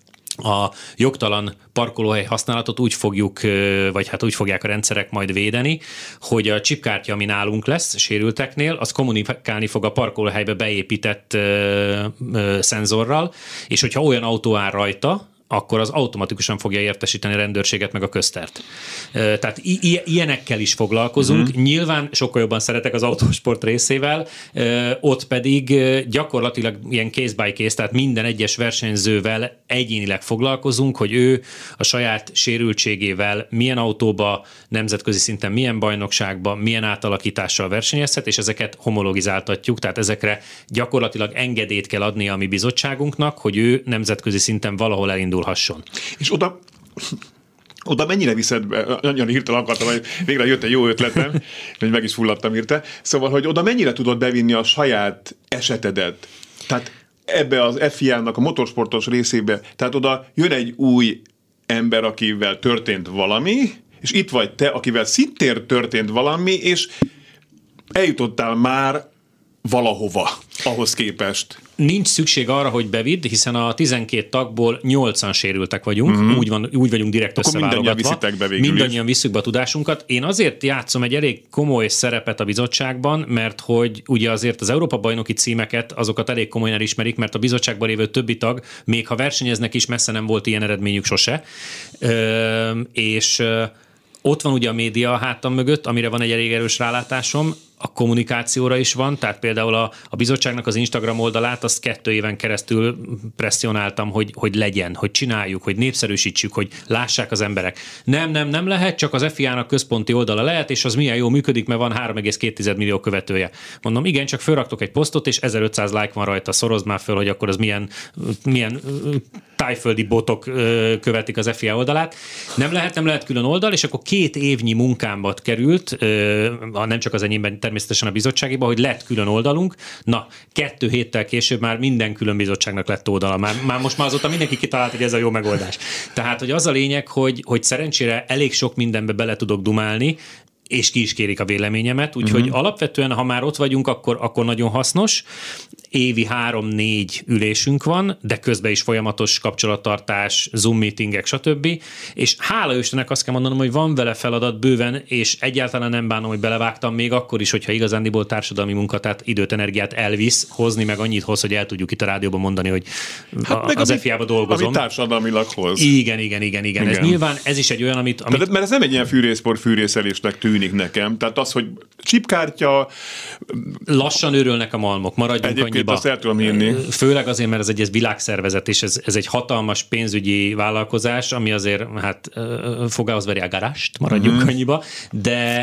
a jogtalan parkolóhely használatot úgy fogjuk, vagy hát úgy fogják a rendszerek majd védeni, hogy a chipkártya, ami nálunk lesz sérülteknél, az kommunikálni fog a parkolóhelybe beépített szenzorral, és hogyha olyan autó áll rajta, akkor az automatikusan fogja értesíteni a rendőrséget meg a köztert. Tehát ilyenekkel is foglalkozunk. Nyilván sokkal jobban szeretek az autósport részével, ott pedig gyakorlatilag ilyen case by case, tehát minden egyes versenyzővel egyénileg foglalkozunk, hogy ő a saját sérültségével milyen autóba, nemzetközi szinten milyen bajnokságba, milyen átalakítással versenyezhet, és ezeket homologizáltatjuk, tehát ezekre gyakorlatilag engedélyt kell adnia a mi bizottságunknak, hogy ő nemzetközi szinten valahol elindulhasson. És oda mennyire viszed, nagyon hirtelen akartam, hogy végre jött egy jó ötletem, hogy meg is fulladtam hirtelen. Szóval, hogy oda mennyire tudod bevinni a saját esetedet? Tehát ebbe az FIA-nak a motorsportos részébe, tehát oda jön egy új ember, akivel történt valami, és itt vagy te, akivel szintén történt valami, és eljutottál már valahova ahhoz képest. Nincs szükség arra, hogy bevidd, hiszen a 12 tagból 8-an sérültek vagyunk, úgy vagyunk direkt összeválogatva. Mindannyian visszük be a tudásunkat. Én azért játszom egy elég komoly szerepet a bizottságban, mert hogy ugye azért az Európa-bajnoki címeket, azokat elég komolyan elismerik, mert a bizottságban lévő többi tag, még ha versenyeznek is, messze nem volt ilyen eredményük sose. És ott van ugye a média a hátam mögött, amire van egy elég erős rálátásom, a kommunikációra is van, tehát például a bizottságnak az Instagram oldalát azt 2 éven keresztül presszionáltam, hogy legyen, hogy csináljuk, hogy népszerűsítsük, hogy lássák az emberek. Nem lehet, csak az FIA-nak központi oldala lehet, és az milyen jól működik, mert van 3,2 millió követője. Mondom, igen, csak fölraktok egy posztot, és 1500 like van rajta, szorozd már föl, hogy akkor az milyen tájföldi botok követik az FIA oldalát. Nem lehet külön oldal, és akkor 2 évnyi munkámba került, nem csak az enyémben, természetesen a bizottságiba, hogy lett külön oldalunk. Na, 2 héttel később már minden külön bizottságnak lett oldala. Már most már azóta mindenki kitalált, hogy ez a jó megoldás. Tehát, hogy az a lényeg, hogy szerencsére elég sok mindenbe bele tudok dumálni, és ki is kérik a véleményemet, úgyhogy alapvetően, ha már ott vagyunk, akkor nagyon hasznos. Évi 3-4 ülésünk van, de közben is folyamatos kapcsolattartás, Zoom meetingek, stb. És hála Istennek azt kell mondanom, hogy van vele feladat bőven, és egyáltalán nem bánom, hogy belevágtam még akkor is, hogyha igazándiból társadalmi munka, tehát időt, energiát elvisz, hozni meg annyit hoz, hogy el tudjuk itt a rádióban mondani, hogy az FIA-ba dolgozom. Ami társadalmilag hoz. Igen. Ez nyilván ez is egy olyan, amit... Mert ez nem egy ilyen fűrészelésnek tűnik nekem. Tehát az, hogy chipkártya... Lassan őrölnek a malmok, maradjunk annyiba. Azt el tudom hinni. Főleg azért, mert ez egy világszervezet, és ez egy hatalmas pénzügyi vállalkozás, ami azért, hát fogához veri a garást, maradjunk annyiba,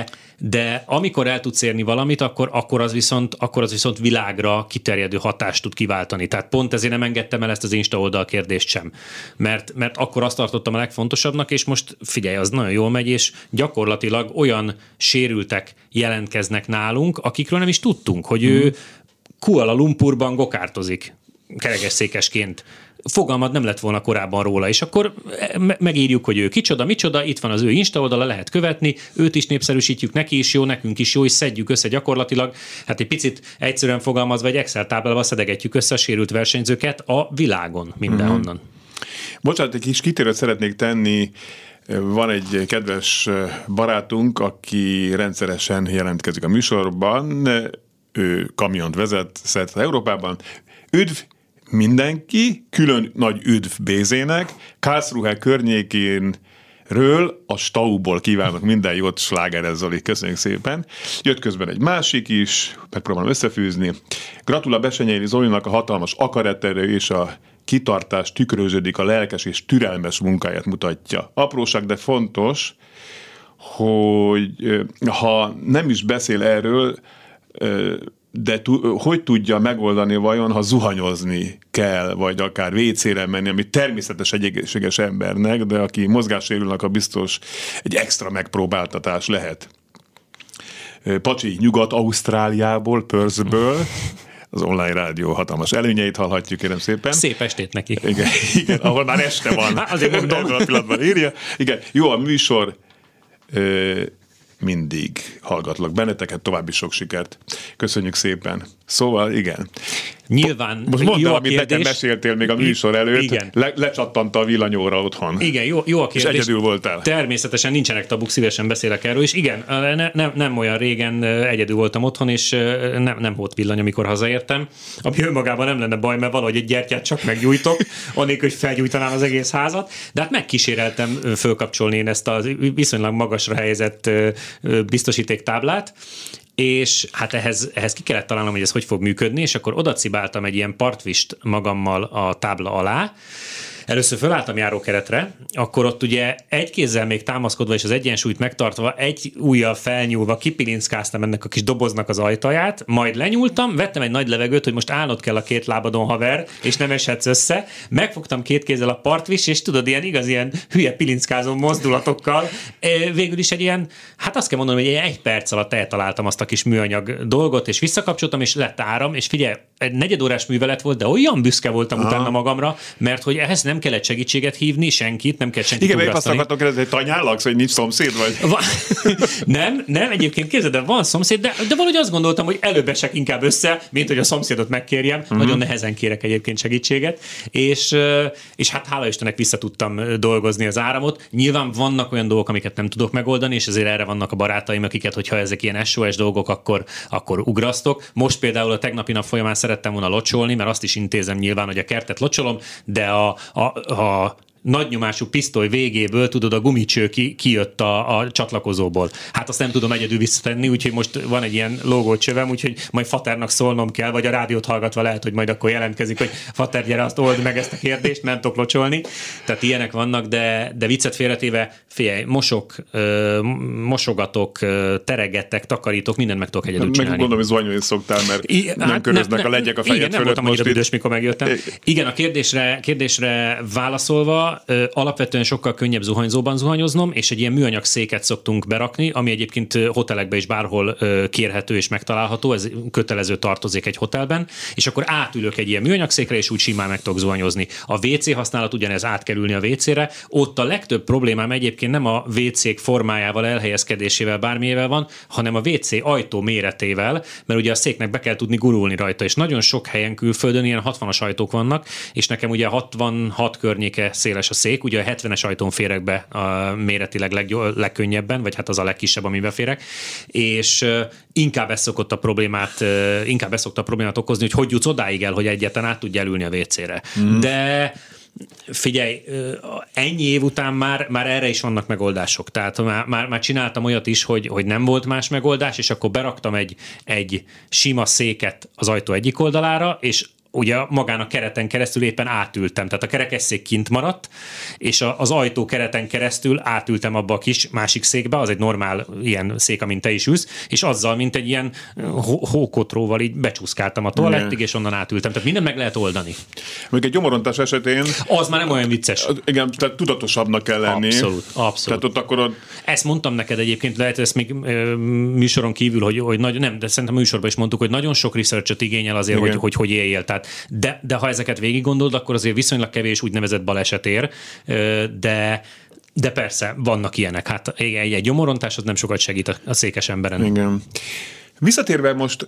de amikor el tudsz érni valamit, akkor az viszont világra kiterjedő hatást tud kiváltani. Tehát pont ezért nem engedtem el ezt az Insta oldal kérdést sem. Mert akkor azt tartottam a legfontosabbnak, és most figyelj, az nagyon jól megy, és gyakorlatilag olyan sérültek jelentkeznek nálunk, akikről nem is tudtunk, hogy ő Kuala Lumpurban gokártozik kerekesszékesként. Fogalmad nem lett volna korábban róla, és akkor megírjuk, hogy ő micsoda, itt van az ő Insta oldala, lehet követni, őt is népszerűsítjük, neki is jó, nekünk is jó, és szedjük össze gyakorlatilag, hát egy picit egyszerűen fogalmazva egy Excel táblával szedegetjük össze a sérült versenyzőket a világon mindenhonnan. Bocsánat, egy kis kitérőt szeretnék tenni. Van egy kedves barátunk, aki rendszeresen jelentkezik a műsorban, ő kamiont vezet szerte Európában. Üdv mindenki, külön nagy üdv Bézének, Karlsruhe környékénről a Stauból kívánok minden jót, Sláger Zoli, köszönjük szépen. Jött közben egy másik is, megpróbálom összefűzni. Gratulál Bessenyei Zolinak, a hatalmas akaratterő és a kitartás tükröződik, a lelkes és türelmes munkáját mutatja. Apróság, de fontos, hogy ha nem is beszél erről, de hogy tudja megoldani vajon, ha zuhanyozni kell, vagy akár WC-re menni, ami természetes egy egészséges embernek, de aki mozgássérülnek, a biztos egy extra megpróbáltatás lehet. Pacsi Nyugat-Ausztráliából, Perthből, az online rádió hatalmas előnyeit hallhatjuk, kérem szépen. Szép estét neki. Igen, ahol már este van. Azért mondom. Ebben a pillanatban írja. Igen, jó a műsor, mindig hallgatlak benneteket, további sok sikert. Köszönjük szépen. Szóval, igen. Nyilván most mondd el, a amit nekem meséltél még a műsor előtt, igen. Lecsattanta a villanyóra otthon. Igen, jó a kérdés. És egyedül voltál. Természetesen nincsenek tabuk, szívesen beszélek erről, és igen, nem olyan régen egyedül voltam otthon, és nem volt villany, amikor hazaértem. Ami önmagában nem lenne baj, mert valahogy egy gyertyát csak meggyújtok, annélkül, hogy felgyújtanám az egész házat, de hát megkíséreltem fölkapcsolni én ezt a viszonylag magasra helyezett biztosítéktáblát, és hát ehhez ki kellett találnom, hogy ez hogy fog működni, és akkor odacibáltam egy ilyen partvist magammal a tábla alá. Először fölálltam járókeretre, akkor ott ugye egy kézzel még támaszkodva és az egyensúlyt megtartva, egy ujjal felnyúlva kipilinckáztam ennek a kis doboznak az ajtaját, majd lenyúltam, vettem egy nagy levegőt, hogy most állnod kell a két lábadon, haver, és nem eshetsz össze. Megfogtam két kézzel a partvist, és tudod, ilyen hülye pilinckázó mozdulatokkal. Végül is egy ilyen, hát azt kell mondanom, hogy egy perc alatt eltaláltam azt a kis műanyag dolgot, és visszakapcsoltam, és lett áram, és figyelj, egy negyedórás művelet volt, de olyan büszke voltam utána magamra, mert hogy ehhez nem kellett segítséget hívni, senkit, nem kell senkit ugrasztani. Igen, mert azt akartam kérdezni, hogy tanyállaksz, hogy nincs szomszéd, vagy? Nem, egyébként képzeld, de van szomszéd, de valahogy azt gondoltam, hogy előbb esek inkább össze, mint hogy a szomszédot megkérjem. Nagyon nehezen kérek egyébként segítséget, és hát hála Istennek vissza tudtam dolgozni az áramot. Nyilván vannak olyan dolgok, amiket nem tudok megoldani, és ezért erre vannak a barátaim, akiket, hogyha ezek ilyen SOS dolgok, akkor ugrasztok. Most például a tegnapi nap folyamán szerettem volna locsolni, mert azt is intézem nyilván, hogy a kertet locsolom, de a nagynyomású pisztoly végéből, tudod, a gumicső kijött a csatlakozóból. Hát azt nem tudom egyedül visszatenni, úgyhogy most van egy ilyen lógócsövem, úgyhogy majd Faternak szólnom kell, vagy a rádiót hallgatva lehet, hogy majd akkor jelentkezik, hogy Fater, gyere, azt old meg ezt a kérdést, nem tudok locsolni. Tehát ilyenek vannak, de viccet félretéve, figyelj, mosogatok, teregettek, takarítok, mindent meg tudok egyedül csinálni. Meg gondolom, hogy zuhanyolni szoktál, mert nem köröznek a legyek a fejed fölött. Nem voltam annyira büdös, mikor megjöttem. Igen, a kérdésre válaszolva, alapvetően sokkal könnyebb zuhanyzóban zuhanyoznom, és egy ilyen műanyag széket szoktunk berakni, ami egyébként hotelekben is bárhol kérhető és megtalálható, ez kötelező tartozék egy hotelben, és akkor átülök egy ilyen műanyag székre, és úgy simán meg tudok zuhanyozni. A WC használat ugyanez, át kell ülni a WC-re. Ott a legtöbb problémám egyébként nem a WC-k formájával, elhelyezkedésével, bármiével van, hanem a WC ajtó méretével, mert ugye a széknek be kell tudni gurulni rajta, és nagyon sok helyen külföldön ilyen 60-as ajtók vannak, és nekem ugye 66 környéke széles a szék, ugye a 70-es ajtón férek be a méretileg legkönnyebben, vagy hát az a legkisebb, amiben férek, és inkább ez szokta a problémát okozni, hogy jutsz odáig el, hogy egyáltalán át tudj elülni a WC-re. De figyelj, ennyi év után már erre is vannak megoldások. Tehát már csináltam olyat is, hogy nem volt más megoldás, és akkor beraktam egy sima széket az ajtó egyik oldalára, és ugye magán a kereten keresztül éppen átültem, tehát a kerekesszék kint maradt, és az ajtó kereten keresztül átültem abba a kis másik székbe, az egy normál ilyen szék, amint te is ülsz, és azzal, mint egy ilyen hókotróval így becsúszkáltam a toalettig, és onnan átültem. Tehát mindent meg lehet oldani. Még egy gyomorontás esetén... Az már nem olyan vicces. Igen, tehát tudatosabbnak kell lenni. Abszolút. Tehát ott akkor... Ezt mondtam neked egyébként, lehet ezt még műsoron kívül, hogy nem, de szerintem a műsorban is mondtuk, hogy nagyon sok research-ot igényel azért, hogy éljél. Tehát, de ha ezeket végig gondolod, akkor azért viszonylag kevés úgynevezett baleset ér, de persze, vannak ilyenek. Hát egy gyomorontás az nem sokat segít a székes emberen. Igen. Visszatérve most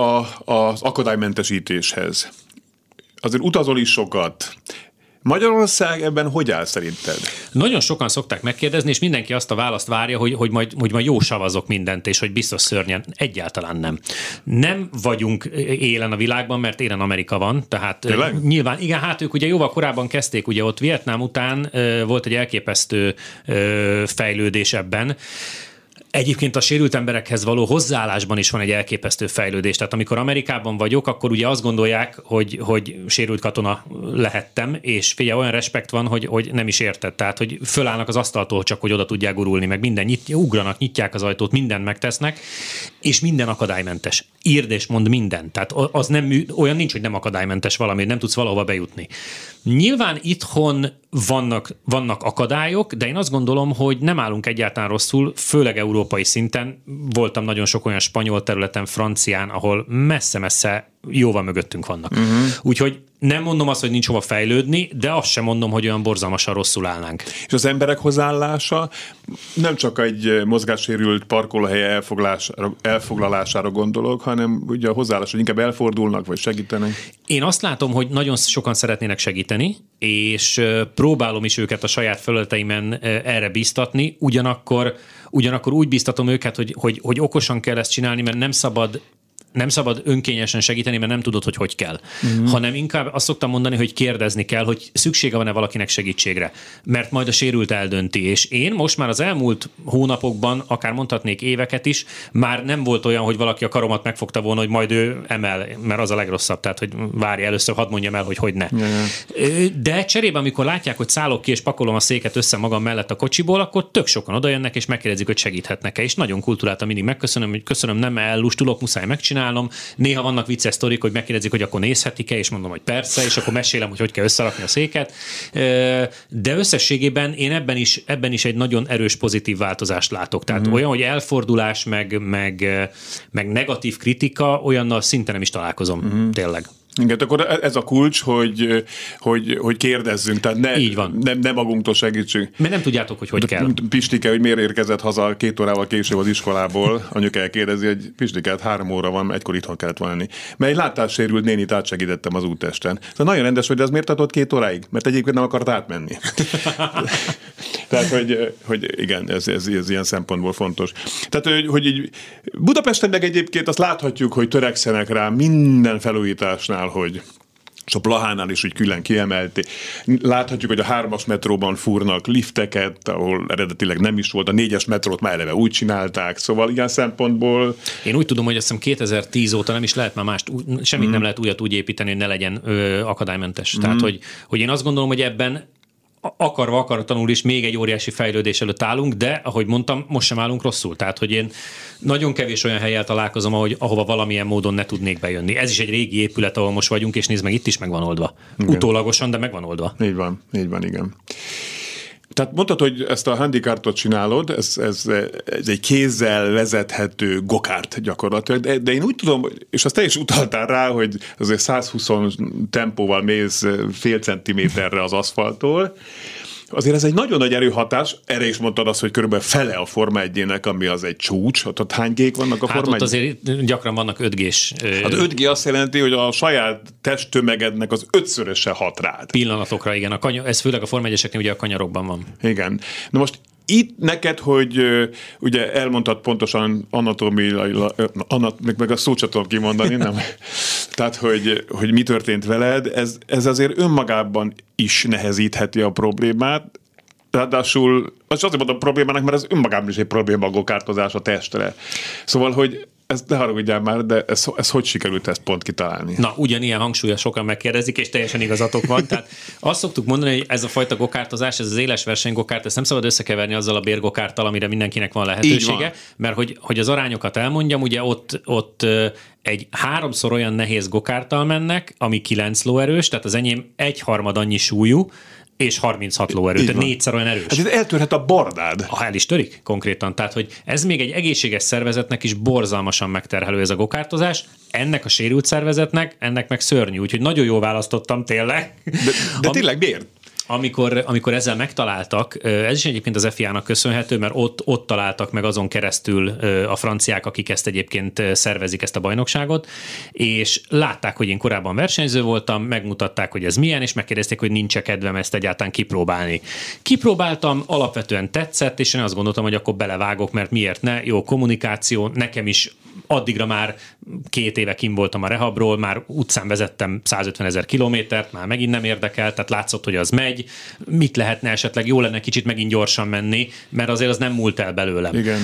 az akadálymentesítéshez. Azért utazol is sokat. Magyarország ebben hogy áll szerinted? Nagyon sokan szokták megkérdezni, és mindenki azt a választ várja, hogy majd jó savazok mindent, és hogy biztos szörnyen. Egyáltalán nem. Nem vagyunk élen a világban, mert élen Amerika van, tehát tényleg? Nyilván, igen, hát ők ugye jóval korábban kezdték, ugye ott Vietnám után volt egy elképesztő fejlődés ebben. Egyébként a sérült emberekhez való hozzáállásban is van egy elképesztő fejlődés. Tehát amikor Amerikában vagyok, akkor ugye azt gondolják, hogy sérült katona lehettem, és figyelj, olyan respekt van, hogy nem is érted. Tehát, hogy fölállnak az asztaltól csak, hogy oda tudják gurulni, meg minden, ugranak, nyitják az ajtót, mindent megtesznek, és minden akadálymentes. Írd és mondd minden. Tehát az nem, olyan nincs, hogy nem akadálymentes valami, nem tudsz valahova bejutni. Nyilván itthon vannak akadályok, de én azt gondolom, hogy nem állunk egyáltalán rosszul, főleg európai szinten. Voltam nagyon sok olyan spanyol területen, francián, ahol messze-messze jóval mögöttünk vannak. Úgyhogy nem mondom azt, hogy nincs hova fejlődni, de azt sem mondom, hogy olyan borzalmasan rosszul állnánk. És az emberek hozzáállása nem csak egy mozgássérült parkolóhely elfoglalására gondolok, hanem ugye a hozzáállás, hogy inkább elfordulnak, vagy segítenek. Én azt látom, hogy nagyon sokan szeretnének segíteni, és próbálom is őket a saját felületeimen erre bíztatni, ugyanakkor úgy bíztatom őket, hogy okosan kell ezt csinálni, mert nem szabad önkényesen segíteni, mert nem tudod, hogy kell. Hanem inkább azt szoktam mondani, hogy kérdezni kell, hogy szüksége van-e valakinek segítségre. Mert majd a sérült eldönti. És én most már az elmúlt hónapokban, akár mondhatnék éveket is, már nem volt olyan, hogy valaki a karomat megfogta volna, hogy majd ő emel, mert az a legrosszabb. Tehát, hogy várj, először hadd mondjam el, hogy ne. De cserébe, amikor látják, hogy szállok ki és pakolom a széket össze magam mellett a kocsiból, akkor tök sokan odajönnek és megkérdezik, hogy segíthetnek-e. És nagyon kultúráltan mindig megköszönöm, hogy köszönöm, nem ellustulok, muszáj megcsinálnom. Néha vannak vicces sztorik, hogy megkérdezik, hogy akkor nézhetik-e, és mondom, hogy persze, és akkor mesélem, hogy kell összerakni a széket. De összességében én ebben is egy nagyon erős pozitív változást látok. Tehát olyan, hogy elfordulás, meg negatív kritika, olyannal szinte nem is találkozom. Tényleg. Igen, akkor ez a kulcs, hogy kérdezzünk, tehát ne magunktól segítsünk. Mert nem tudjátok, hogy kell. Pistike, hogy miért érkezett haza 2 órával később az iskolából, anyuka elkérdezi, hogy Pistike, 3 óra van, egykor itthon kellett volna lenni. Mert egy látássérült nénit átsegítettem az úttesten. Szóval nagyon rendes, hogy az miért tartott 2 óráig? Mert egyébként nem akart átmenni. Tehát, hogy igen, ez ilyen szempontból fontos. Tehát, hogy így Budapesten meg egyébként azt láthatjuk, hogy törekszenek rá minden felújításnál, hogy és a Blahánál is úgy külön kiemelti. Láthatjuk, hogy a 3-as metróban fúrnak lifteket, ahol eredetileg nem is volt, a 4-es metrót már eleve úgy csinálták, szóval ilyen szempontból... Én úgy tudom, hogy azt hiszem 2010 óta nem is lehet már mást, semmit nem lehet újat úgy építeni, hogy ne legyen akadálymentes. Tehát, hogy én azt gondolom, hogy ebben akaratlanul is még egy óriási fejlődés előtt állunk, de ahogy mondtam, most sem állunk rosszul. Tehát, hogy én nagyon kevés olyan helyen találkozom, ahova valamilyen módon ne tudnék bejönni. Ez is egy régi épület, ahol most vagyunk, és nézd meg, itt is meg van oldva. Igen. Utólagosan, de meg van oldva. Így van, igen. Tehát mondtad, hogy ezt a handikartot csinálod, ez egy kézzel vezethető gokárt gyakorlatilag, de én úgy tudom, és azt te is utaltál rá, hogy azért 120 tempóval mész fél centiméterre az aszfalttól. Azért ez egy nagyon nagy erőhatás, erre is mondtad azt, hogy körülbelül fele a Forma 1-jének, ami az egy csúcs, ott hány gék vannak a Forma 1-en? Hát ott azért gyakran vannak 5G-s... Hát 5G azt jelenti, hogy a saját testtömegednek az 5-szöröse hat rád. Pillanatokra, igen. Ez főleg a Forma 1-eseknél ugye a kanyarokban van. Igen. Na most itt neked, hogy ugye elmondtad pontosan anatómiailag, meg a szót sem tudom kimondani, nem? Tehát, hogy mi történt veled, ez azért önmagában is nehezítheti a problémát, ráadásul, az azért mondom problémának, mert ez önmagában is egy probléma a gokártozás a testre. Szóval, hogy ezt ne haragudjál már, de ez hogy sikerült ezt pont kitalálni? Na, ugyanilyen hangsúlya sokan megkérdezik, és teljesen igazatok van. Tehát azt szoktuk mondani, hogy ez a fajta gokártozás, ez az éles versenygokárt, ezt nem szabad összekeverni azzal a bérgokárttal, amire mindenkinek van lehetősége, mert hogy az arányokat elmondjam, ugye ott egy 3-szor olyan nehéz gokárttal mennek, ami 9 lóerős, tehát az enyém 1/3 annyi súlyú, és 36 lóerő, tehát 4-szer olyan erős. Hát eltörhet a bardád. Ha el is törik konkrétan. Tehát, hogy ez még egy egészséges szervezetnek is borzalmasan megterhelő ez a gokártozás, ennek a sérült szervezetnek, ennek meg szörnyű. Úgyhogy nagyon jól választottam tényleg. De tényleg miért? Amikor ezzel megtaláltak, ez is egyébként az FIA-nak köszönhető, mert ott találtak meg azon keresztül a franciák, akik ezt egyébként szervezik, ezt a bajnokságot, és látták, hogy én korábban versenyző voltam, megmutatták, hogy ez milyen, és megkérdezték, hogy nincs-e kedvem ezt egyáltalán kipróbálni. Kipróbáltam, alapvetően tetszett, és én azt gondoltam, hogy akkor belevágok, mert miért ne, jó kommunikáció, nekem is addigra már 2 éve kim voltam a rehabról, már utcán vezettem 150 000 kilométert, már megint nem érdekel, tehát látszott, hogy az megy, mit lehetne esetleg, jó lenne kicsit megint gyorsan menni, mert azért az nem múlt el belőlem. Igen.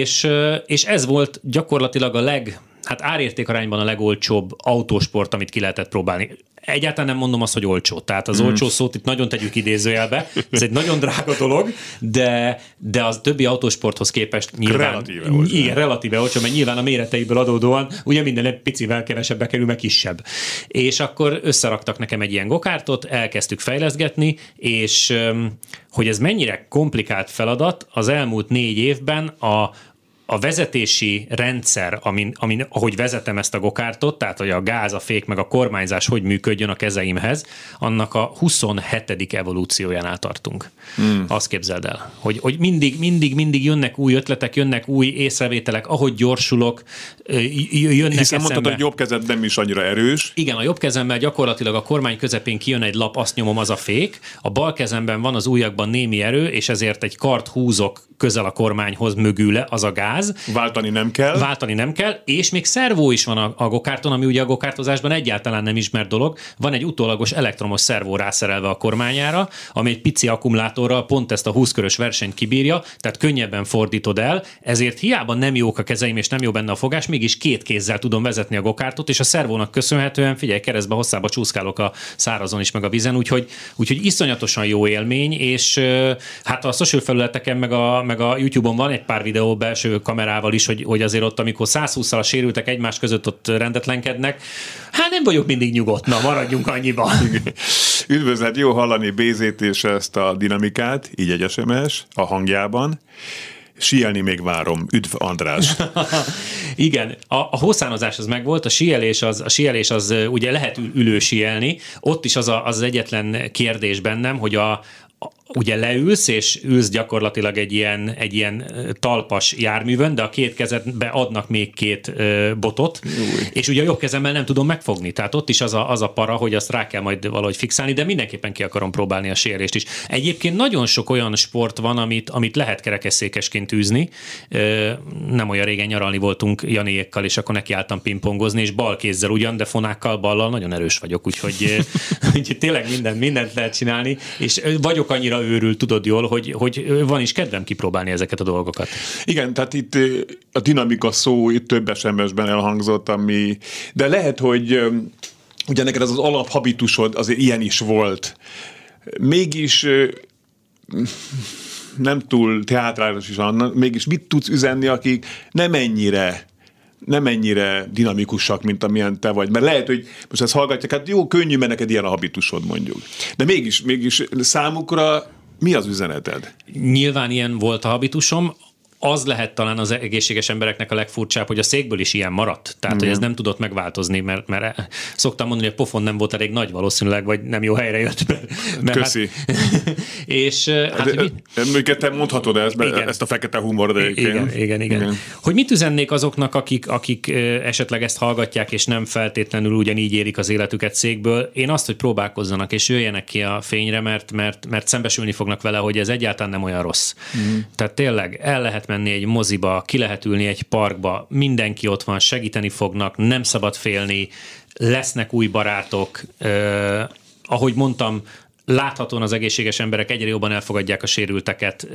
És ez volt gyakorlatilag árérték arányban a legolcsóbb autósport, amit ki lehetett próbálni. Egyáltalán nem mondom azt, hogy olcsó. Tehát az olcsó szót itt nagyon tegyük idézőjelbe. Ez egy nagyon drága dolog, de az többi autósporthoz képest nyilván... Relatíve olcsó, mert nyilván a méreteiből adódóan ugye minden egy picivel kevesebbe kerül, meg kisebb. És akkor összeraktak nekem egy ilyen gokártot, elkezdtük fejleszgetni, és hogy ez mennyire komplikált feladat, az elmúlt 4 évben a vezetési rendszer, ahogy vezetem ezt a gokártot, tehát hogy a gáz, a fék, meg a kormányzás hogy működjön a kezeimhez, annak a 27. evolúciójánál tartunk. Azt képzeld el, hogy mindig jönnek új ötletek, jönnek új észrevételek, ahogy gyorsulok, jönnek Hiszen mondtad, hogy jobb kezed nem is annyira erős. Igen, a jobb kezemmel gyakorlatilag a kormány közepén kijön egy lap, azt nyomom, az a fék, a bal kezemben van az ujjakban némi erő, és ezért egy kart húzok közel a kormányhoz mögüle, az a gáz. Váltani nem kell, és még szervó is van a gokárton, ami ugye a gokártozásban egyáltalán nem ismert dolog. Van egy utólagos elektromos szervó rászerelve a kormányára, ami egy pici akkumulátorral pont ezt a 20 körös versenyt kibírja, tehát könnyebben fordítod el, ezért hiába nem jók a kezeim és nem jó benne a fogás, mégis 2 kézzel tudom vezetni a gokártot, és a szervónak köszönhetően, figyelj, keresztbe hosszába csúszkálok a szárazon is, meg a vízen, úgyhogy iszonyatosan jó élmény, és hát a social felületeken, meg a YouTube-on van egy pár videó belső kamerával is, hogy azért ott, amikor 120-szal a sérültek egymás között ott rendetlenkednek, hát nem vagyok mindig nyugodt, na maradjunk annyiban. Üdvözlet, jó hallani BZ-t és ezt a dinamikát, így egy SMS a hangjában. Síelni még várom. Üdv, András! Igen, a hószánozás az megvolt, a síelés az ugye lehet ülő síelni, ott is az egyetlen kérdés bennem, hogy ugye leülsz, és ülsz gyakorlatilag egy ilyen talpas járművön, de a 2 kezedbe adnak még 2 botot, és ugye a jobb kezemmel nem tudom megfogni. Tehát ott is az a para, hogy azt rá kell majd valahogy fixálni, de mindenképpen ki akarom próbálni a síelést is. Egyébként nagyon sok olyan sport van, amit lehet kerekesszékesként űzni. Nem olyan régen nyaralni voltunk Janiékkal, és akkor nekiálltam pingpongozni, és bal kézzel ugyan, de fonákkal, ballal nagyon erős vagyok, úgyhogy tényleg mindent lehet csinálni, és vagyok annyira őrül, tudod jól, hogy van is kedvem kipróbálni ezeket a dolgokat. Igen, tehát itt a dinamika szó itt több SMS-ben elhangzott, de lehet, hogy ugye neked az alaphabitusod azért ilyen is volt. Mégis nem túl teátrális is annak, mégis mit tudsz üzenni, akik nem ennyire dinamikusak, mint amilyen te vagy. Mert lehet, hogy most ezt hallgatják, hát jó, könnyű, mert neked ilyen a habitusod, mondjuk. De mégis számukra mi az üzeneted? Nyilván ilyen volt a habitusom. Az lehet talán az egészséges embereknek a legfurcsább, hogy a székből is ilyen maradt. Tehát, hogy ez nem tudott megváltozni, mert szoktam mondani, hogy a pofon nem volt elég nagy valószínűleg, vagy nem jó helyre jött. Köszi. És te mondhatod ezt a fekete humor. Igen. Hogy mit üzennnék azoknak, akik esetleg ezt hallgatják, és nem feltétlenül ugyanígy érik az életüket székből? Én azt, hogy próbálkozzanak, és jöjjenek ki a fényre, mert szembesülni fognak vele, hogy ez egyáltalán nem olyan rossz. Tehát tényleg el lehet menni egy moziba, ki lehet ülni egy parkba, mindenki ott van, segíteni fognak, nem szabad félni, lesznek új barátok. Ahogy mondtam, láthatóan az egészséges emberek egyre jobban elfogadják a sérülteket,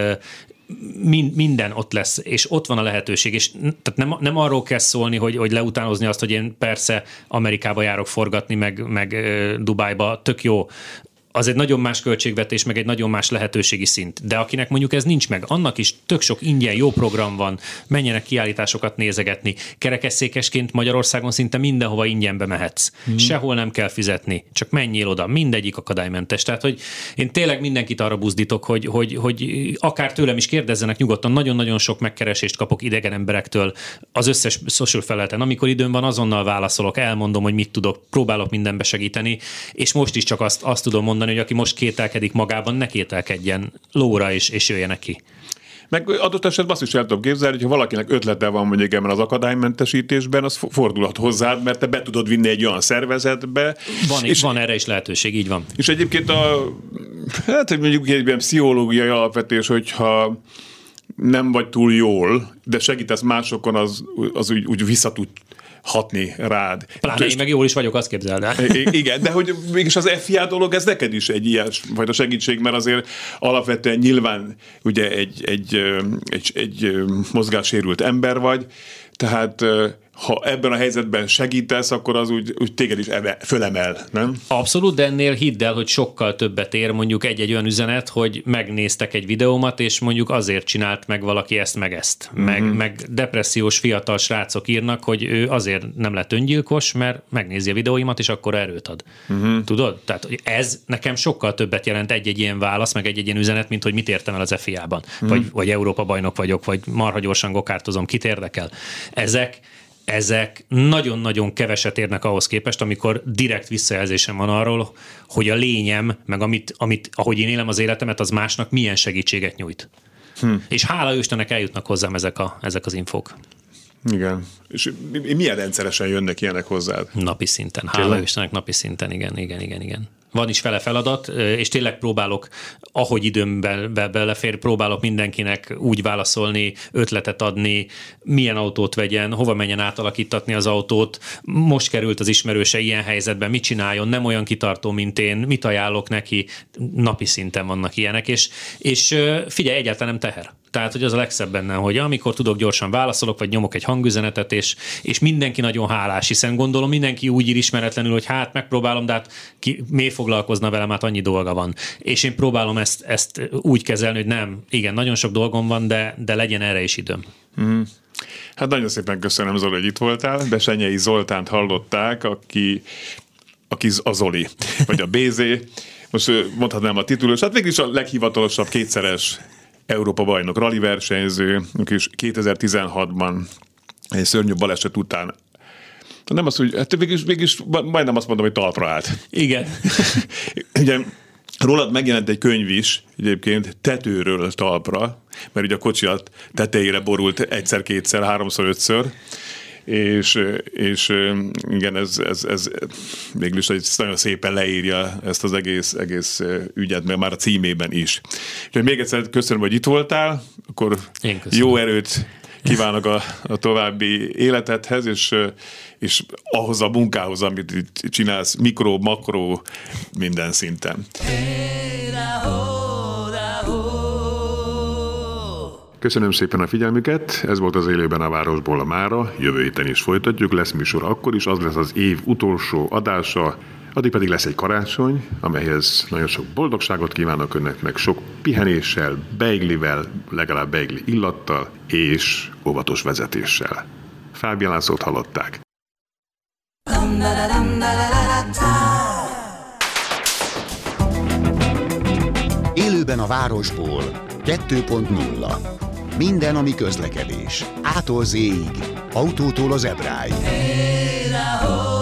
minden ott lesz, és ott van a lehetőség, és tehát nem arról kell szólni, hogy leutánozni azt, hogy én persze Amerikába járok forgatni, meg Dubájba, tök jó. Az egy nagyon más költségvetés, meg egy nagyon más lehetőségi szint. De akinek mondjuk ez nincs meg, annak is tök sok ingyen jó program van, menjenek kiállításokat nézegetni. Kerekesszékesként Magyarországon szinte mindenhova ingyenbe mehetsz. Sehol nem kell fizetni, csak menjél oda, mindegyik akadálymentes. Tehát, hogy én tényleg mindenkit arra buzdítok, hogy akár tőlem is kérdezzenek nyugodtan, nagyon-nagyon sok megkeresést kapok idegen emberektől az összes social felületen. Amikor időm van, azonnal válaszolok, elmondom, hogy mit tudok, próbálok mindenbe segíteni, és most is csak azt tudom mondani, hogy aki most kételkedik magában, ne kételkedjen lóra és jöjjenek ki. Meg adott esetben azt is el tudom képzelni, hogy ha valakinek ötlete van mondjuk ebben az akadálymentesítésben, az fordulhat hozzád, mert te be tudod vinni egy olyan szervezetbe. Van erre is lehetőség, így van. És egyébként mondjuk egy ilyen pszichológiai alapvetés, hogyha nem vagy túl jól, de segítesz másokon, az úgy vissza tud hatni rád. Pláne én meg jól is vagyok, azt képzeld el. Igen, de hogy mégis az FIA dolog, ez neked is egy ilyen fajta segítség, mert azért alapvetően nyilván ugye egy mozgássérült ember vagy, tehát ha ebben a helyzetben segítesz, akkor az úgy téged is fölemel, nem? Abszolút, de ennél hidd el, hogy sokkal többet ér mondjuk egy olyan üzenet, hogy megnéztek egy videómat, és mondjuk azért csinált meg valaki ezt meg ezt. Meg depressziós fiatal srácok írnak, hogy ő azért nem lett öngyilkos, mert megnézi a videóimat, és akkor erőt ad. Tudod? Tehát ez nekem sokkal többet jelent egy-egy ilyen válasz, meg egy-egy ilyen üzenet, mint hogy mit értem el az FIA-ban. Vagy Európa bajnok vagyok, vagy marha gyorsan gokártozom, kit érdekel. Ezek nagyon-nagyon keveset érnek ahhoz képest, amikor direkt visszajelzésem van arról, hogy a lényem, meg ahogy én élem az életemet, az másnak milyen segítséget nyújt. És hála Istennek eljutnak hozzám ezek az infók. Igen. És milyen rendszeresen jönnek ilyenek hozzád? Napi szinten. Hála Istennek napi szinten, igen. Van is vele feladat, és tényleg próbálok, ahogy időmben belefér, próbálok mindenkinek úgy válaszolni, ötletet adni, milyen autót vegyen, hova menjen átalakítatni az autót, most került az ismerőse ilyen helyzetben, mit csináljon, nem olyan kitartó, mint én, mit ajánlok neki, napi szinten vannak ilyenek, és figyelj, egyáltalán nem teher. Tehát, hogy az a legszebb benne, hogy amikor tudok, gyorsan válaszolok, vagy nyomok egy hangüzenetet, és mindenki nagyon hálás, hiszen gondolom mindenki úgy ír ismeretlenül, hogy hát megpróbálom, de hát miért foglalkozna velem, hát annyi dolga van. És én próbálom ezt úgy kezelni, hogy nem, igen, nagyon sok dolgom van, de legyen erre is időm. Hát nagyon szépen köszönöm, Zoli, hogy itt voltál. Besenyei Zoltánt hallották, aki a Zoli, vagy a BZ. Most mondhatnám a titulus, hát végül is a leghivatalosabb kétszeres Európa bajnok, rali versenyző, és 2016-ban egy szörnyű baleset után, nem az, hogy hát végülis majdnem azt mondom, hogy talpra állt. Igen. Ugye rólad megjelent egy könyv is, egyébként tetőről talpra, mert ugye a kocsi tetejére borult egyszer, kétszer, háromszor, ötször, és igen, ez végülis nagyon szépen leírja ezt az egész ügyet, mert már a címében is. Úgyhogy még egyszer köszönöm, hogy itt voltál, akkor jó erőt kívánok a további életedhez, és ahhoz a munkához, amit itt csinálsz, mikro, makro, minden szinten. Köszönöm szépen a figyelmüket, ez volt az Élőben a Városból a mára, jövő héten is folytatjuk, lesz műsor akkor is, az lesz az év utolsó adása, addig pedig lesz egy karácsony, amelyhez nagyon sok boldogságot kívánok önnek, meg sok pihenéssel, beiglivel, legalább beigli illattal és óvatos vezetéssel. Fábián Lászlót hallották. Élőben a városból 2.0. Minden, ami közlekedés. A-tól Z-ig. Autótól az Ebráig.